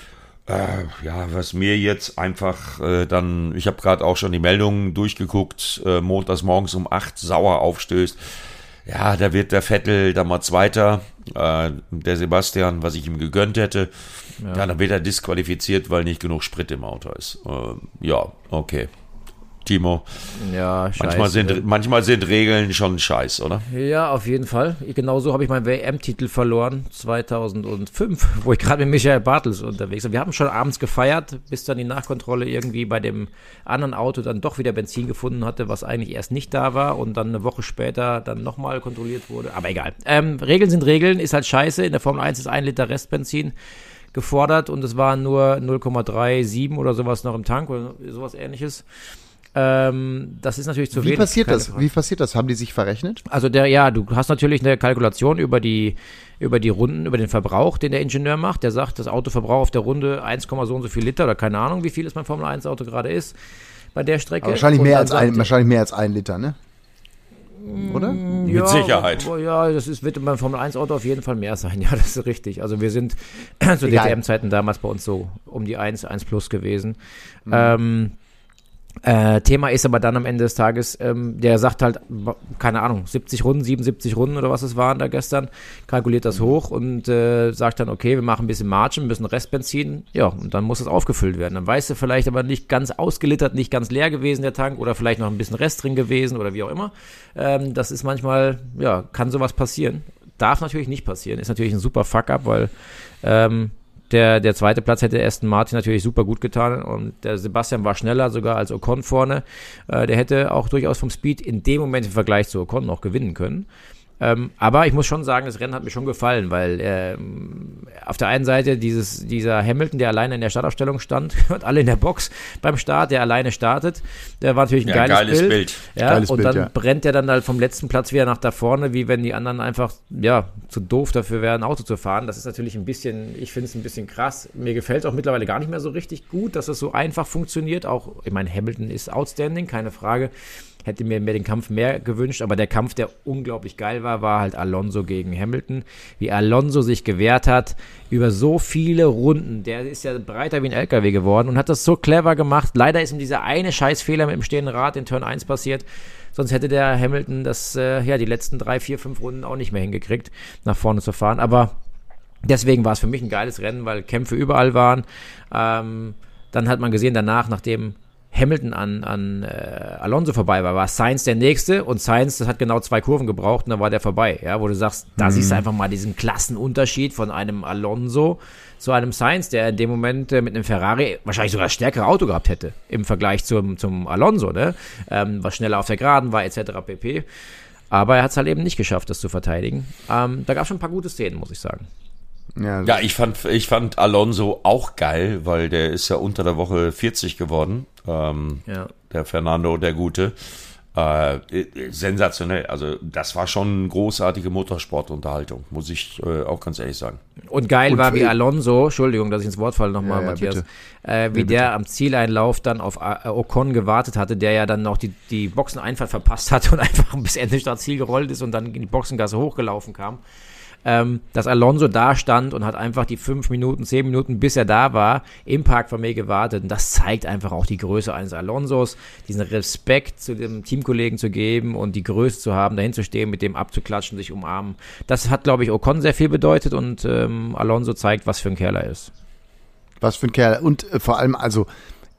Äh, ja, was mir jetzt einfach äh, dann, ich habe gerade auch schon die Meldungen durchgeguckt, äh, montags morgens um acht sauer aufstößt. Ja, da wird der Vettel dann mal Zweiter, äh, der Sebastian, was ich ihm gegönnt hätte. Ja. ja, dann wird er disqualifiziert, weil nicht genug Sprit im Auto ist. Äh, ja, okay. Timo, Ja, scheiße. manchmal sind, manchmal sind Regeln schon scheiß, oder? Ja, auf jeden Fall. Genauso habe ich meinen W M-Titel verloren, zweitausendfünf, wo ich gerade mit Michael Bartels unterwegs war. Wir haben schon abends gefeiert, bis dann die Nachkontrolle irgendwie bei dem anderen Auto dann doch wieder Benzin gefunden hatte, was eigentlich erst nicht da war und dann eine Woche später dann nochmal kontrolliert wurde. Aber egal. Ähm, Regeln sind Regeln, ist halt scheiße. In der Formel eins ist ein Liter Restbenzin gefordert und es waren nur null Komma siebenunddreißig oder sowas noch im Tank oder sowas Ähnliches. Ähm, das ist natürlich zu Wie wenig. passiert keine das? Frage. Wie passiert das? Haben die sich verrechnet? Also der, ja, du hast natürlich eine Kalkulation über die, über die Runden, über den Verbrauch, den der Ingenieur macht. Der sagt, das Auto verbraucht auf der Runde eins, so und so viel Liter oder keine Ahnung, wie viel es beim Formel eins Auto gerade ist bei der Strecke. Aber wahrscheinlich Und mehr dann als sagt ein, er- wahrscheinlich mehr als ein Liter, ne? Oder? Mit Sicherheit. aber- Ja, das ist, wird beim Formel eins Auto auf jeden Fall mehr sein. Ja, das ist richtig. Also wir sind zu Egal. D T M-Zeiten damals bei uns so um die eins, eins plus gewesen. Mhm. Ähm, Äh, Thema ist aber dann am Ende des Tages, ähm, der sagt halt, keine Ahnung, siebzig Runden, siebenundsiebzig Runden oder was es waren da gestern, kalkuliert das hoch und äh, sagt dann, okay, wir machen ein bisschen Margin, ein bisschen Restbenzin, ja, und dann muss es aufgefüllt werden. Dann weißt du vielleicht aber nicht ganz ausgelittert, nicht ganz leer gewesen der Tank oder vielleicht noch ein bisschen Rest drin gewesen oder wie auch immer. Ähm, das ist manchmal, ja, kann sowas passieren. Darf natürlich nicht passieren, ist natürlich ein super Fuck-up, weil ähm, Der, der zweite Platz hätte Aston Martin natürlich super gut getan und der Sebastian war schneller sogar als Ocon vorne. Äh, der hätte auch durchaus vom Speed in dem Moment im Vergleich zu Ocon noch gewinnen können. Ähm, aber ich muss schon sagen, das Rennen hat mir schon gefallen, weil ähm, auf der einen Seite dieses, dieser Hamilton, der alleine in der Startaufstellung stand, und alle in der Box beim Start, der alleine startet, der war natürlich ein Ja, geiles, geiles Bild. Bild. Ja, Geiles und Bild, dann ja. brennt er dann halt vom letzten Platz wieder nach da vorne, wie wenn die anderen einfach, ja, zu doof dafür wären, Auto zu fahren. Das ist natürlich ein bisschen, ich finde es ein bisschen krass. Mir gefällt es auch mittlerweile gar nicht mehr so richtig gut, dass es so einfach funktioniert. Auch, ich meine, Hamilton ist outstanding, keine Frage. Hätte mir mehr den Kampf mehr gewünscht, aber der Kampf, der unglaublich geil war, war halt Alonso gegen Hamilton. Wie Alonso sich gewehrt hat über so viele Runden. Der ist ja breiter wie ein L K W geworden und hat das so clever gemacht. Leider ist ihm dieser eine Scheißfehler mit dem stehenden Rad in Turn eins passiert. Sonst hätte der Hamilton das, äh, ja, die letzten drei, vier, fünf Runden auch nicht mehr hingekriegt, nach vorne zu fahren. Aber deswegen war es für mich ein geiles Rennen, weil Kämpfe überall waren. Ähm, dann hat man gesehen, danach, nachdem Hamilton an, an äh, Alonso vorbei war, war Sainz der Nächste und Sainz, das hat genau zwei Kurven gebraucht und dann war der vorbei, ja, wo du sagst, da siehst du einfach mal diesen Klassenunterschied von einem Alonso zu einem Sainz, der in dem Moment äh, mit einem Ferrari wahrscheinlich sogar das stärkere Auto gehabt hätte im Vergleich zum, zum Alonso, ne, ähm, was schneller auf der Geraden war, et cetera pp. Aber er hat es halt eben nicht geschafft, das zu verteidigen. Ähm, da gab es schon ein paar gute Szenen, muss ich sagen. Ja, Ja, ich fand, ich fand Alonso auch geil, weil der ist ja unter der Woche vierzig geworden. Ähm, Ja. Der Fernando, der Gute. Äh, sensationell. Also das war schon großartige Motorsportunterhaltung, muss ich äh, auch ganz ehrlich sagen. Und geil Und war, wie für- Alonso, Entschuldigung, dass ich ins Wort falle nochmal, Ja, ja, Matthias, bitte. äh, wie Ja, der bitte. am Zieleinlauf dann auf äh, Ocon gewartet hatte, der ja dann noch die, die Boxeneinfahrt verpasst hat und einfach bis Ende Start Ziel gerollt ist und dann in die Boxengasse hochgelaufen kam. Ähm, dass Alonso da stand und hat einfach die fünf Minuten, zehn Minuten, bis er da war, im Park von mir gewartet. Und das zeigt einfach auch die Größe eines Alonsos, diesen Respekt zu dem Teamkollegen zu geben und die Größe zu haben, dahin zu stehen, mit dem abzuklatschen, sich umarmen. Das hat, glaube ich, Ocon sehr viel bedeutet und ähm, Alonso zeigt, was für ein Kerl er ist. was für ein Kerl. Und äh, vor allem, also,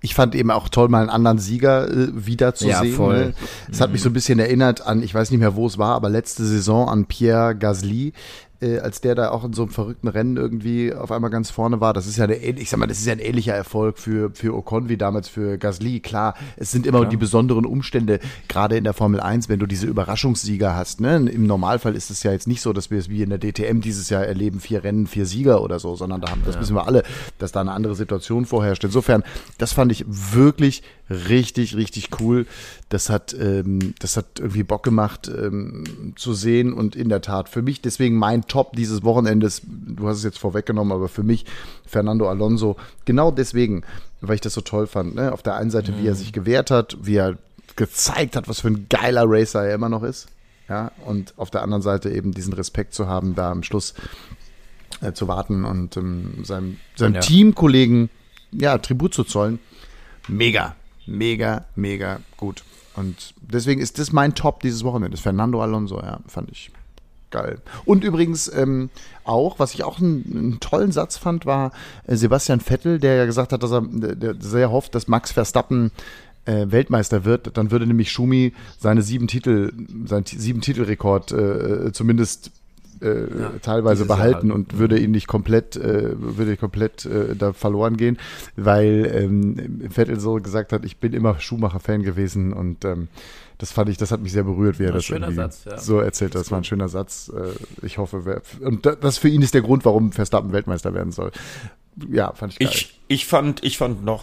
ich fand eben auch toll, mal einen anderen Sieger äh, wiederzusehen. Ja, voll. Ne? Es hat mich so ein bisschen erinnert an, ich weiß nicht mehr, wo es war, aber letzte Saison an Pierre Gasly, äh, als der da auch in so einem verrückten Rennen irgendwie auf einmal ganz vorne war. Das ist ja eine, ich sag mal, das ist ja ein ähnlicher Erfolg für, für Ocon wie damals für Gasly. Klar, es sind immer Klar. die besonderen Umstände, gerade in der Formel eins, wenn du diese Überraschungssieger hast. Ne? Im Normalfall ist es ja jetzt nicht so, dass wir es wie in der D T M dieses Jahr erleben, vier Rennen, vier Sieger oder so, sondern da haben, das Ja. wissen wir alle, dass da eine andere Situation vorherrscht. Insofern, das fand ich wirklich richtig, richtig cool. Das hat, ähm, das hat irgendwie Bock gemacht ähm, zu sehen und in der Tat für mich deswegen mein Top dieses Wochenendes, du hast es jetzt vorweggenommen, aber für mich Fernando Alonso, genau deswegen, weil ich das so toll fand. Ne? Auf der einen Seite, mhm. wie er sich gewehrt hat, wie er gezeigt hat, was für ein geiler Racer er immer noch ist. Ja, und auf der anderen Seite eben diesen Respekt zu haben, da am Schluss äh, zu warten und ähm, seinem, seinem Ja. Teamkollegen ja, Tribut zu zollen. Mega, mega, mega gut. Und deswegen ist das mein Top dieses Wochenendes. Fernando Alonso, ja, fand ich geil. Und übrigens ähm, auch, was ich auch einen, einen tollen Satz fand, war äh, Sebastian Vettel, der ja gesagt hat, dass er der sehr hofft, dass Max Verstappen äh, Weltmeister wird. Dann würde nämlich Schumi seine sieben Titel, seinen T- sieben Titelrekord äh, zumindest äh, Ja, teilweise dieses Jahr behalten halt. und würde ihn nicht komplett, äh, würde komplett äh, da verloren gehen, weil ähm, Vettel so gesagt hat, ich bin immer Schumacher-Fan gewesen und ähm, das fand ich, das hat mich sehr berührt, wie er Ein das schöner irgendwie Satz, ja. so erzählt hat. Das war ein schöner Satz. Äh, Ich hoffe, wer, und da- das für ihn ist der Grund, warum Verstappen Weltmeister werden soll. Ja, fand ich geil. Ich, ich fand, ich fand noch,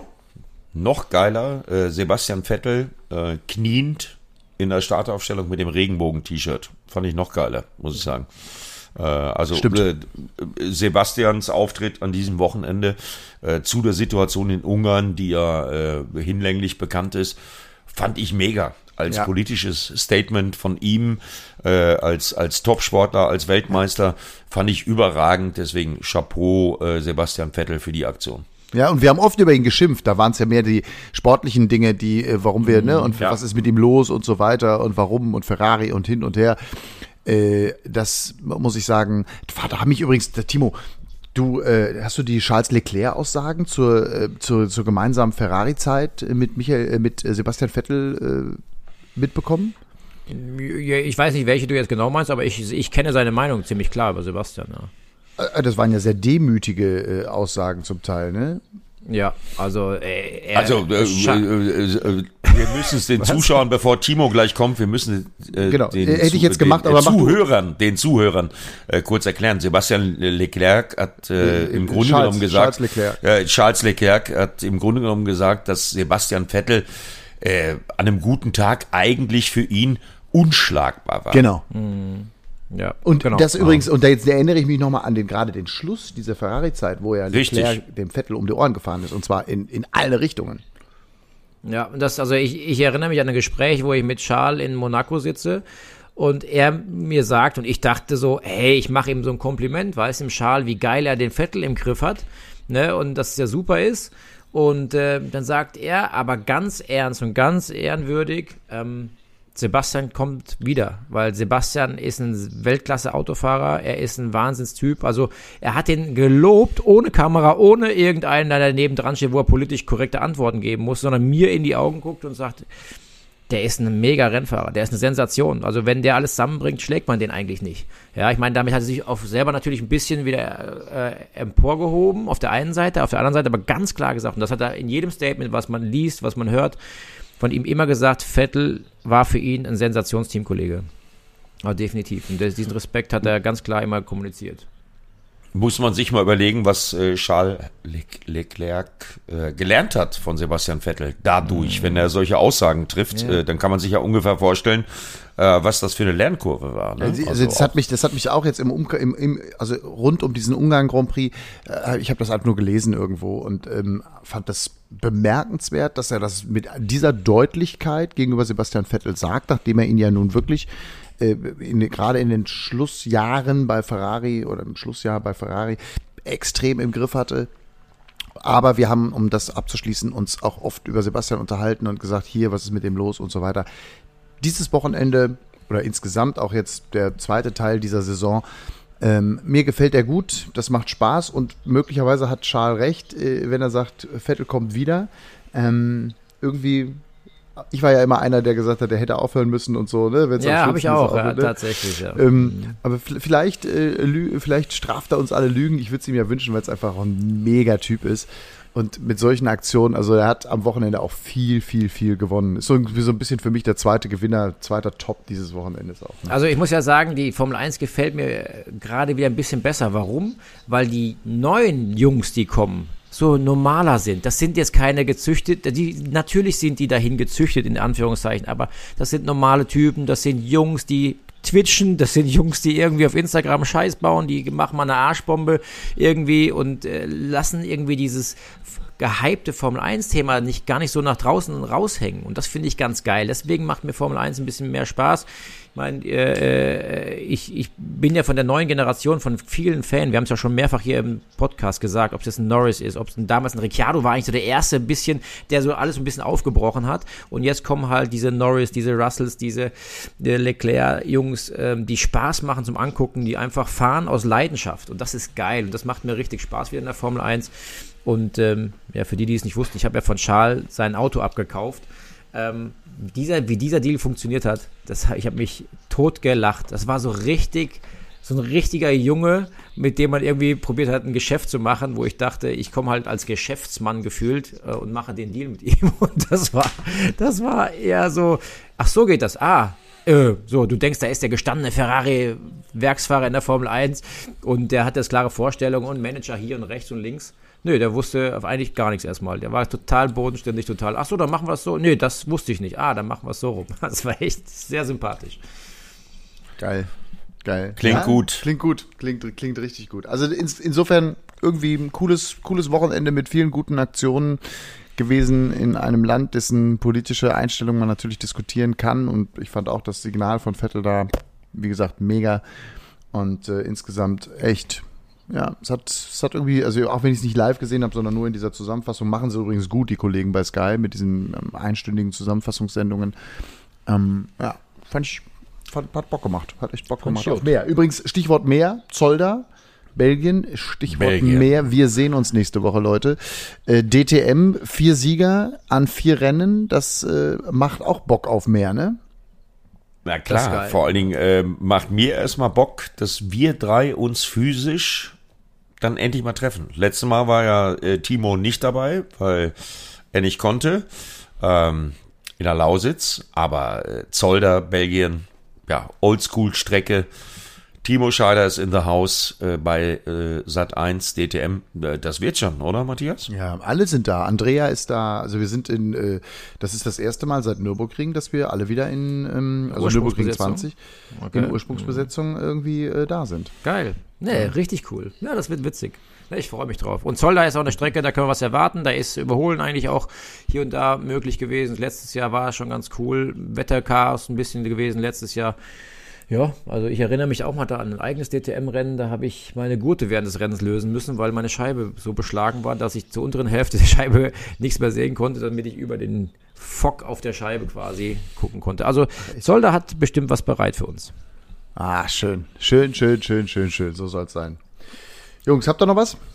noch geiler, äh, Sebastian Vettel äh, kniend in der Startaufstellung mit dem Regenbogen-T-Shirt. Fand ich noch geiler, muss ich sagen. Äh, also Stimmt. äh, Sebastians Auftritt an diesem Wochenende äh, zu der Situation in Ungarn, die ja äh, hinlänglich bekannt ist, fand ich mega. Als Ja. politisches Statement von ihm, äh, als, als Topsportler, als Weltmeister, fand ich überragend. Deswegen Chapeau äh, Sebastian Vettel für die Aktion. Ja, und wir haben oft über ihn geschimpft. Da waren es ja mehr die sportlichen Dinge, die, äh, warum wir, ne, und Ja. was ist mit ihm los und so weiter und warum und Ferrari und hin und her. Äh, das muss ich sagen, da haben mich übrigens, der Timo, du, äh, hast du die Charles Leclerc-Aussagen zur, äh, zur, zur gemeinsamen Ferrari-Zeit mit Michael, äh, mit äh, Sebastian Vettel äh, mitbekommen? Ja, ich weiß nicht, welche du jetzt genau meinst, aber ich, ich kenne seine Meinung ziemlich klar über Sebastian. Ja, Äh, Das waren ja sehr demütige äh, Aussagen zum Teil, ne? ja also äh, er, Also, äh, Scha- äh, äh, wir müssen es den Zuschauern, bevor Timo gleich kommt, wir müssen äh, Genau, den, äh, hätte ich jetzt den, gemacht, äh, aber mach du. Zuhörern, den Zuhörern äh, kurz erklären. Sebastian Leclerc hat äh, Äh, im Grunde Charles- genommen gesagt, Charles Leclerc. Äh, Charles Leclerc hat im Grunde genommen gesagt, dass Sebastian Vettel äh, an einem guten Tag eigentlich für ihn unschlagbar war. Genau. ja, Und genau. das übrigens, und da jetzt erinnere ich mich nochmal an den gerade den Schluss dieser Ferrari-Zeit, wo ja Richtig. Leclerc dem Vettel um die Ohren gefahren ist, und zwar in, in alle Richtungen. Ja, und das, also ich, ich erinnere mich an ein Gespräch, wo ich mit Charles in Monaco sitze und er mir sagt, und ich dachte so, hey, ich mache ihm so ein Kompliment, weißt du, dem Charles, wie geil er den Vettel im Griff hat, ne, und dass es ja super ist. Und äh, dann sagt er, aber ganz ernst und ganz ehrenwürdig, ähm, Sebastian kommt wieder, weil Sebastian ist ein Weltklasse-Autofahrer, er ist ein Wahnsinnstyp, also er hat den gelobt, ohne Kamera, ohne irgendeinen, der daneben dran steht, wo er politisch korrekte Antworten geben muss, sondern mir in die Augen guckt und sagt, der ist ein mega Rennfahrer, der ist eine Sensation, also wenn der alles zusammenbringt, schlägt man den eigentlich nicht. Ja, ich meine, damit hat er sich auch selber natürlich ein bisschen wieder äh, emporgehoben, auf der einen Seite, auf der anderen Seite aber ganz klar gesagt, und das hat er in jedem Statement, was man liest, was man hört, von ihm immer gesagt, Vettel war für ihn ein Sensationsteamkollege. Aber definitiv. Und diesen Respekt hat er ganz klar immer kommuniziert. Muss man sich mal überlegen, was äh, Charles Le- Leclerc äh, gelernt hat von Sebastian Vettel. Dadurch, wenn er solche Aussagen trifft, Ja. äh, dann kann man sich ja ungefähr vorstellen, äh, was das für eine Lernkurve war. Ne? Also, Also das auch- hat mich, das hat mich auch jetzt im, Umk- im, im also rund um diesen Ungarn Grand Prix, äh, ich habe das halt nur gelesen irgendwo und ähm, fand das bemerkenswert, dass er das mit dieser Deutlichkeit gegenüber Sebastian Vettel sagt, nachdem er ihn ja nun wirklich äh, in, gerade in den Schlussjahren bei Ferrari oder im Schlussjahr bei Ferrari extrem im Griff hatte. Aber wir haben, um das abzuschließen, uns auch oft über Sebastian unterhalten und gesagt, hier, was ist mit dem los und so weiter. Dieses Wochenende oder insgesamt auch jetzt der zweite Teil dieser Saison Ähm, mir gefällt er gut, das macht Spaß und möglicherweise hat Charles recht, äh, wenn er sagt, Vettel kommt wieder. Ähm, irgendwie, ich war ja immer einer, der gesagt hat, der hätte aufhören müssen und so. Ne? Wenn's Ja, habe ich auch, ja, ne? tatsächlich. Ja. Ähm, aber f- vielleicht, äh, lü- vielleicht straft er uns alle Lügen. Ich würde es ihm ja wünschen, weil es einfach auch ein Mega-Typ ist. Und mit solchen Aktionen, also er hat am Wochenende auch viel, viel, viel gewonnen. Ist so, irgendwie so ein bisschen für mich der zweite Gewinner, zweiter Top dieses Wochenendes auch. Ne? Also ich muss ja sagen, die Formel eins gefällt mir gerade wieder ein bisschen besser. Warum? Weil die neuen Jungs, die kommen, so normaler sind. Das sind jetzt keine gezüchtet, die, natürlich sind die dahin gezüchtet, in Anführungszeichen, aber das sind normale Typen, das sind Jungs, die twitchen, das sind Jungs, die irgendwie auf Instagram Scheiß bauen, die machen mal eine Arschbombe irgendwie und äh, lassen irgendwie dieses gehypte Formel eins Thema nicht gar nicht so nach draußen raushängen. Und das finde ich ganz geil. Deswegen macht mir Formel eins ein bisschen mehr Spaß. Ich meine, äh, ich, ich bin ja von der neuen Generation, von vielen Fans, wir haben es ja schon mehrfach hier im Podcast gesagt, ob es jetzt ein Norris ist, ob es damals ein Ricciardo war, eigentlich so der erste bisschen, der so alles ein bisschen aufgebrochen hat. Und jetzt kommen halt diese Norris, diese Russells, diese die Leclerc-Jungs, ähm, die Spaß machen zum Angucken, die einfach fahren aus Leidenschaft. Und das ist geil. Und das macht mir richtig Spaß wieder in der Formel eins. Und ähm, ja, für die, die es nicht wussten, ich habe ja von Charles sein Auto abgekauft. Ähm, dieser, wie dieser Deal funktioniert hat, das, ich habe mich totgelacht. Das war so richtig, so ein richtiger Junge, mit dem man irgendwie probiert hat, ein Geschäft zu machen, wo ich dachte, ich komme halt als Geschäftsmann gefühlt äh, und mache den Deal mit ihm. Und das war, das war eher so, ach so geht das, ah, Äh, so, du denkst, da ist der gestandene Ferrari-Werksfahrer in der Formel eins und der hat das klare Vorstellung und Manager hier und rechts und links. Nö, der wusste eigentlich gar nichts erstmal. Der war total bodenständig, total, ach so, dann machen wir es so. Nö, das wusste ich nicht. Ah, dann machen wir es so rum. Das war echt sehr sympathisch. Geil, geil. Klingt ja, gut. Klingt gut, klingt, klingt richtig gut. Also in, insofern irgendwie ein cooles, cooles Wochenende mit vielen guten Aktionen gewesen in einem Land, dessen politische Einstellung man natürlich diskutieren kann. Und ich fand auch das Signal von Vettel da, wie gesagt, mega. Und äh, insgesamt echt, ja, es hat, es hat irgendwie, also auch wenn ich es nicht live gesehen habe, sondern nur in dieser Zusammenfassung, machen sie übrigens gut, die Kollegen bei Sky, mit diesen ähm, einstündigen Zusammenfassungssendungen. Ähm, ja, fand ich, fand, hat Bock gemacht, hat echt Bock Fand gemacht. ich Auf gut. mehr. Übrigens, Stichwort mehr, Zolder. Belgien, Stichwort Belgien. mehr. Wir sehen uns nächste Woche, Leute. Äh, D T M, vier Sieger an vier Rennen, das äh, macht auch Bock auf mehr, ne? Na Das ist klar, geil. vor allen Dingen äh, macht mir erstmal Bock, dass wir drei uns physisch dann endlich mal treffen. Letztes Mal war ja äh, Timo nicht dabei, weil er nicht konnte, ähm, in der Lausitz, aber äh, Zolder, Belgien, ja, Oldschool-Strecke. Timo Scheider ist in the house äh, bei äh, Sat eins D T M. Äh, das wird schon, oder Matthias? Ja, alle sind da. Andrea ist da. Also wir sind in, äh, das ist das erste Mal seit Nürburgring, dass wir alle wieder in, ähm, also Nürburgring Ursprungsbesetzung? zwanzig, Okay. in Ursprungsbesetzung irgendwie äh, da sind. Geil. Nee, richtig cool. Ja, das wird witzig. Ja, ich freue mich drauf. Und Zolder ist auch eine Strecke, da können wir was erwarten. Da ist Überholen eigentlich auch hier und da möglich gewesen. Letztes Jahr war es schon ganz cool. Wetterchaos ein bisschen gewesen letztes Jahr. Ja, also ich erinnere mich auch mal da an ein eigenes D T M-Rennen. Da habe ich meine Gurte während des Rennens lösen müssen, weil meine Scheibe so beschlagen war, dass ich zur unteren Hälfte der Scheibe nichts mehr sehen konnte, damit ich über den Fock auf der Scheibe quasi gucken konnte. Also Zolder hat bestimmt was bereit für uns. Ah, schön. Schön, schön, schön, schön, schön. So soll es sein. Jungs, habt ihr noch was?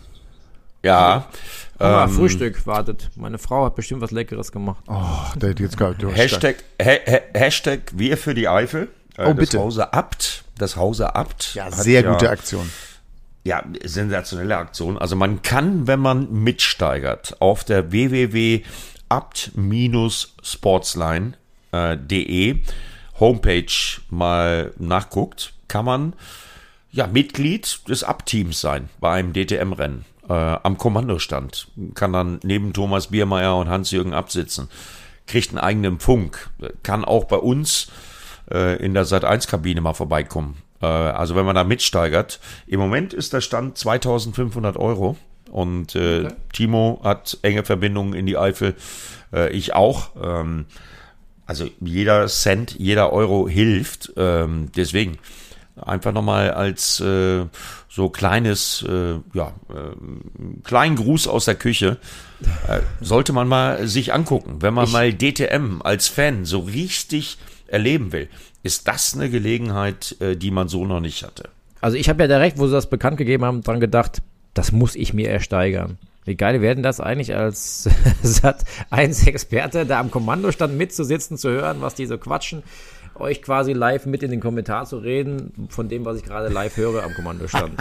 Ja. Ah, ähm, Frühstück wartet. Meine Frau hat bestimmt was Leckeres gemacht. Oh, der jetzt gar, du hast Hashtag, ha, ha, Hashtag wir für die Eifel. Äh, Oh, bitte. Das Hause Abt. Das Hause Abt. ja, hat sehr ja, gute Aktion. Ja, sensationelle Aktion. Also man kann, wenn man mitsteigert, auf der w w w punkt abt Sportsline punkt de Homepage mal nachguckt, kann man ja Mitglied des Abt-Teams sein bei einem D T M-Rennen. Äh, am Kommandostand. Kann dann neben Thomas Biermeier und Hans-Jürgen Abt sitzen. Kriegt einen eigenen Funk. Kann auch bei uns äh, in der Sat eins Kabine mal vorbeikommen. Äh, also wenn man da mitsteigert. Im Moment ist der Stand zweitausendfünfhundert Euro. Und äh, okay. Timo hat enge Verbindungen in die Eifel. Äh, ich auch. Ähm, also jeder Cent, jeder Euro hilft. Ähm, deswegen einfach nochmal als äh, so kleines, äh, ja, äh, kleinen Gruß aus der Küche. Äh, sollte man mal sich angucken. Wenn man Ich- mal D T M als Fan so richtig erleben will, ist das eine Gelegenheit, äh, die man so noch nicht hatte. Also ich habe ja direkt, wo sie das bekannt gegeben haben, dran gedacht, das muss ich mir ersteigern. Wie geil wäre denn das eigentlich als Sat eins Experte da am Kommandostand mitzusitzen, zu hören, was die so quatschen, euch quasi live mit in den Kommentar zu reden, von dem, was ich gerade live höre am Kommandostand.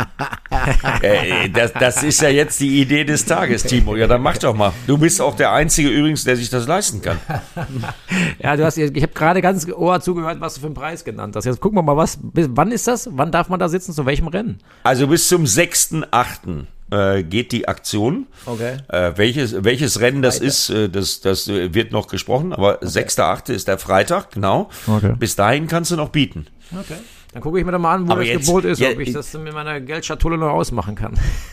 äh, das, das ist ja jetzt die Idee des Tages, Timo. Ja, dann mach doch mal. Du bist auch der Einzige übrigens, der sich das leisten kann. Ja, du hast, ich habe gerade ganz Ohr zugehört, was du für einen Preis genannt hast. Jetzt gucken wir mal, was, bis, wann ist das? Wann darf man da sitzen? Zu welchem Rennen? Also bis zum sechsten achten Äh, geht die Aktion. Okay. Äh, welches, welches Rennen das Freitag. ist, äh, das, das äh, wird noch gesprochen, aber okay. sechster achte ist der Freitag, genau. Okay. Bis dahin kannst du noch bieten. Okay. Dann gucke ich mir doch mal an, wo Aber das jetzt- Gebot ist, ja, ob ich ich- das mit meiner Geldschatulle noch ausmachen kann.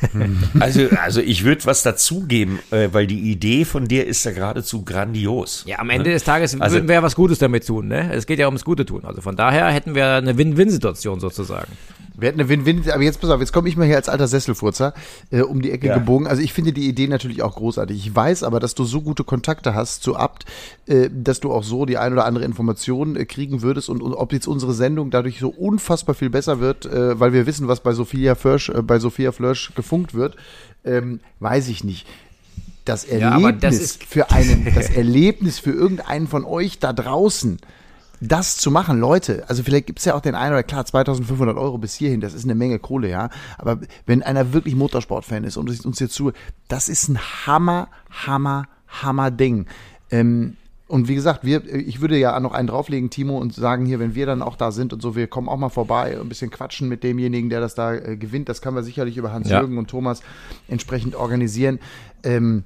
Also, also ich würde was dazugeben, äh, weil die Idee von dir ist ja geradezu grandios. Ja, am Ende des Tages Also- würden wir ja was Gutes damit tun, ne? Es geht ja ums Gute tun. Also von daher hätten wir eine Win-Win-Situation sozusagen. Wir hätten eine Win-Win, aber jetzt pass auf, jetzt komme ich mal hier als alter Sesselfurzer äh, um die Ecke Ja. gebogen. Also ich finde die Idee natürlich auch großartig. Ich weiß aber, dass du so gute Kontakte hast zu Abt, äh, dass du auch so die ein oder andere Information äh, kriegen würdest und, und ob jetzt unsere Sendung dadurch so unfassbar viel besser wird, äh, weil wir wissen, was bei Sophia Flörsch, äh, bei Sophia Flörsch gefunkt wird, ähm, weiß ich nicht. Das Ja, aber Erlebnis das ist- für einen, das Erlebnis für irgendeinen von euch da draußen, das zu machen, Leute, also vielleicht gibt es ja auch den einen oder klar, zweitausendfünfhundert Euro bis hierhin, das ist eine Menge Kohle, ja, aber wenn einer wirklich Motorsportfan ist und uns jetzt zu, das ist ein Hammer, Hammer, Hammer Ding. Ähm, und wie gesagt, wir, ich würde ja noch einen drauflegen, Timo, und sagen hier, wenn wir dann auch da sind und so, wir kommen auch mal vorbei, ein bisschen quatschen mit demjenigen, der das da äh, gewinnt, das können wir sicherlich über Hans-Jürgen Ja. und Thomas entsprechend organisieren. Ähm,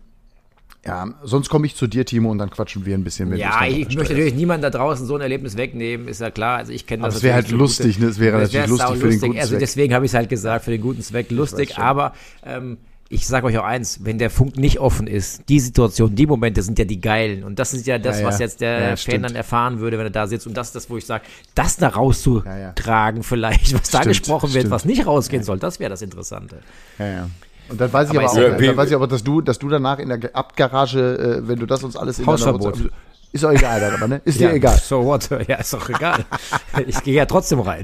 ja, sonst komme ich zu dir, Timo, und dann quatschen wir ein bisschen mit. Ja, ich möchte natürlich niemanden da draußen so ein Erlebnis wegnehmen, ist ja klar. Also ich kenne das. Aber es wäre halt natürlich lustig, gute- ne? Es wäre Das natürlich wär lustig für den saulustig. guten Also Zweck. deswegen habe ich es halt gesagt, für den guten Zweck lustig. schon. Aber ähm, ich sage euch auch eins, wenn der Funk nicht offen ist, die Situation, die Momente sind ja die geilen. Und das ist ja das, Ja, ja. was jetzt der Ja, Fan stimmt. dann erfahren würde, wenn er da sitzt. Und das ist das, wo ich sage, das da rauszutragen vielleicht, was da Stimmt, gesprochen wird, stimmt. was nicht rausgehen soll, das wäre das Interessante. Ja, ja. Und dann weiß ich Aber aber, es- auch, Ja, dann weiß ich aber, dass du, dass du danach in der Abgarage, äh, wenn du das uns alles in deiner Hausverbot. WhatsApp- ist auch egal dann aber, ne? Ist dir Ja, egal. So what? Ja, ist doch egal. Ich gehe ja trotzdem rein.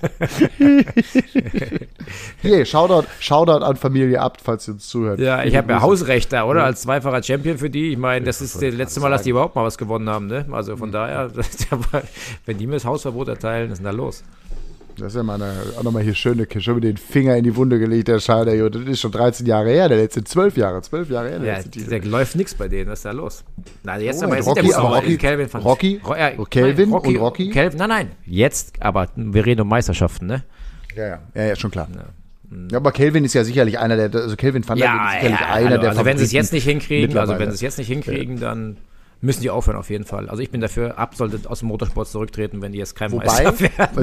Hier, Shoutout, Shoutout an Familie Abt, falls ihr uns zuhört. Ja, ich Viele habe ja Grüße. Hausrecht da, oder? Als zweifacher Champion für die. Ich meine, das ist das letzte Mal, dass die überhaupt mal was gewonnen haben, ne? Also von daher, wenn die mir das Hausverbot erteilen, was ist denn da los? Das ist ja mal eine, auch nochmal hier schöne, schon mit den Finger in die Wunde gelegt, der Scheider. Jo, das ist schon dreizehn Jahre her, der letzte, zwölf Jahre, zwölf Jahre her, der Ja, letzte Titel. da läuft nichts bei denen, was ist da los? Na, jetzt Oh, aber mit jetzt Rocky, ist der aber gut, Rocky- Calvin van- Rocky? Ro- ja, Oh, Calvin nein, und Rocky? Calvin, nein, nein, jetzt, aber wir reden um Meisterschaften, ne? Ja, ja, ja, ja, schon klar. Ja, aber Kelvin ist ja sicherlich einer der, also Kelvin van der Ven ist sicherlich einer hallo, der also wenn sie es Favoriten jetzt nicht hinkriegen, also mittlerweile. wenn sie es jetzt nicht hinkriegen, dann müssen die aufhören auf jeden Fall. Also ich bin dafür, Ab sollte aus dem Motorsport zurücktreten, wenn die jetzt kein Wobei, Meister werden.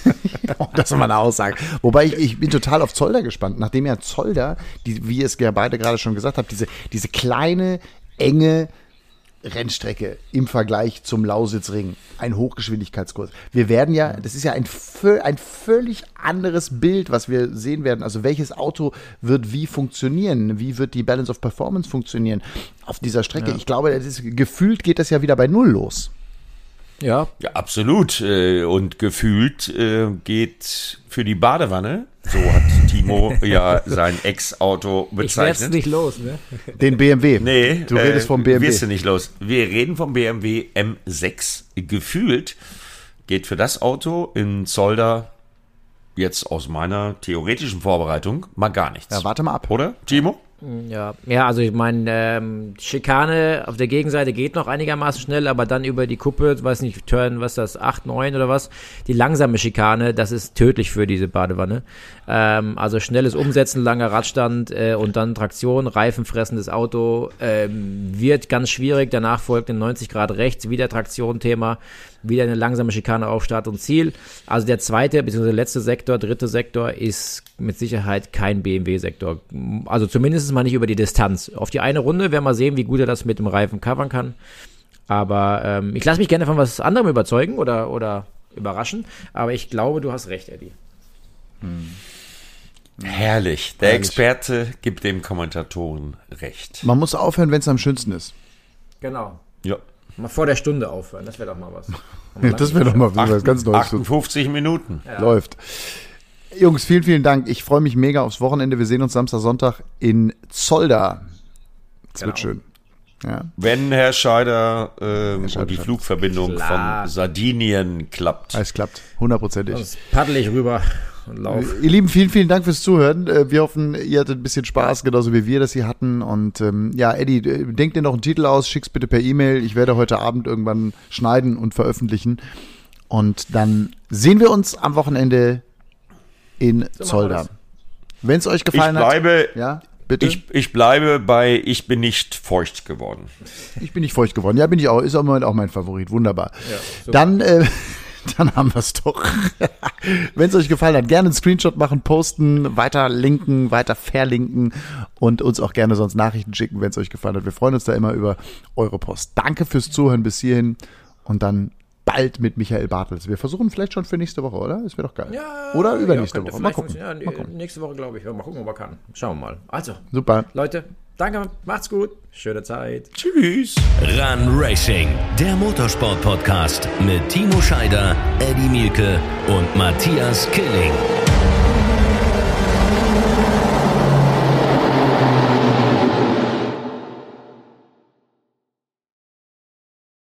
das ist mal eine Aussage. Wobei ich, ich bin total auf Zolder gespannt, nachdem ja Zolder, die, wie ihr es ja beide gerade schon gesagt habt, diese, diese kleine, enge Rennstrecke im Vergleich zum Lausitzring, ein Hochgeschwindigkeitskurs. Wir werden ja, das ist ja ein, vö- ein völlig anderes Bild, was wir sehen werden. Also welches Auto wird wie funktionieren? Wie wird die Balance of Performance funktionieren auf dieser Strecke? Ich glaube, das ist, gefühlt geht das ja wieder bei Null los. Ja, Ja, absolut. Äh, Und gefühlt äh, geht für die Badewanne, so hat Timo ja sein Ex-Auto ich werde es bezeichnet. nicht los, ne? Den B M W. Nee, du redest äh, vom B M W. Wirst du nicht los. Wir reden vom B M W M sechs. Gefühlt geht für das Auto in Zolder jetzt aus meiner theoretischen Vorbereitung mal gar nichts. Ja, warte mal ab. Oder, Timo? Ja, ja, also ich meine, ähm, Schikane auf der Gegenseite geht noch einigermaßen schnell, aber dann über die Kuppe, weiß nicht, Turn, was ist das, acht, neun oder was, die langsame Schikane, das ist tödlich für diese Badewanne. Ähm, also schnelles Umsetzen, langer Radstand äh, und dann Traktion, reifenfressendes Auto, ähm, wird ganz schwierig, danach folgt ein neunzig Grad rechts, wieder Traktion-Thema, wieder eine langsame Schikane auf Start und Ziel. Also der zweite, beziehungsweise letzte Sektor, dritte Sektor ist mit Sicherheit kein B M W-Sektor. Also zumindest mal nicht über die Distanz. Auf die eine Runde werden wir sehen, wie gut er das mit dem Reifen covern kann. Aber ähm, ich lasse mich gerne von was anderem überzeugen oder, oder überraschen. Aber ich glaube, du hast recht, Eddie. Herrlich. Der Herrlich. Experte gibt dem Kommentatoren recht. Man muss aufhören, wenn es am schönsten ist. Genau. Ja. Mal vor der Stunde aufhören, das wäre doch mal was. Ja, das wäre doch mal was ganz Neues. achtundfünfzig Minuten. Läuft. Jungs, vielen, vielen Dank. Ich freue mich mega aufs Wochenende. Wir sehen uns Samstag, Sonntag in Zolder. Es Genau. wird schön. Ja. Wenn Herr Scheider ähm, Scheider und die schafft. Flugverbindung Klar. von Sardinien klappt. Es klappt, hundertprozentig. Sonst paddel ich rüber und lauf. Ihr Lieben, vielen, vielen Dank fürs Zuhören. Äh, Wir hoffen, ihr hattet ein bisschen Spaß, genauso wie wir das hier hatten. Und ähm, ja, Eddie, äh, denk dir noch einen Titel aus, schick's bitte per E-Mail. Ich werde heute Abend irgendwann schneiden und veröffentlichen. Und dann sehen wir uns am Wochenende in machen wir Zolder. das. Wenn es euch Ich gefallen bleibe, hat, ja, bitte. ich, ich bleibe bei Ich bin nicht feucht geworden. Ich bin nicht feucht geworden. Ja, bin ich auch. Ist im Moment auch mein Favorit. Wunderbar. Ja, super. Dann, äh, dann haben wir es doch. Wenn es euch gefallen hat, gerne einen Screenshot machen, posten, weiter linken, weiter verlinken und uns auch gerne sonst Nachrichten schicken, wenn es euch gefallen hat. Wir freuen uns da immer über eure Post. Danke fürs Zuhören bis hierhin und dann bald mit Michael Bartels. Wir versuchen vielleicht schon für nächste Woche, oder? Das wäre doch geil. Ja, oder übernächste ja, könnte Woche. Mal vielleicht gucken. funktionieren. Ja, Mal gucken. Nächste Woche, glaube ich. Ja, mal gucken, ob er kann. Schauen wir mal. Also, Super. Leute, danke, macht's gut. Schöne Zeit. Tschüss. Run Racing, der Motorsport-Podcast mit Timo Scheider, Eddie Mielke und Matthias Killing.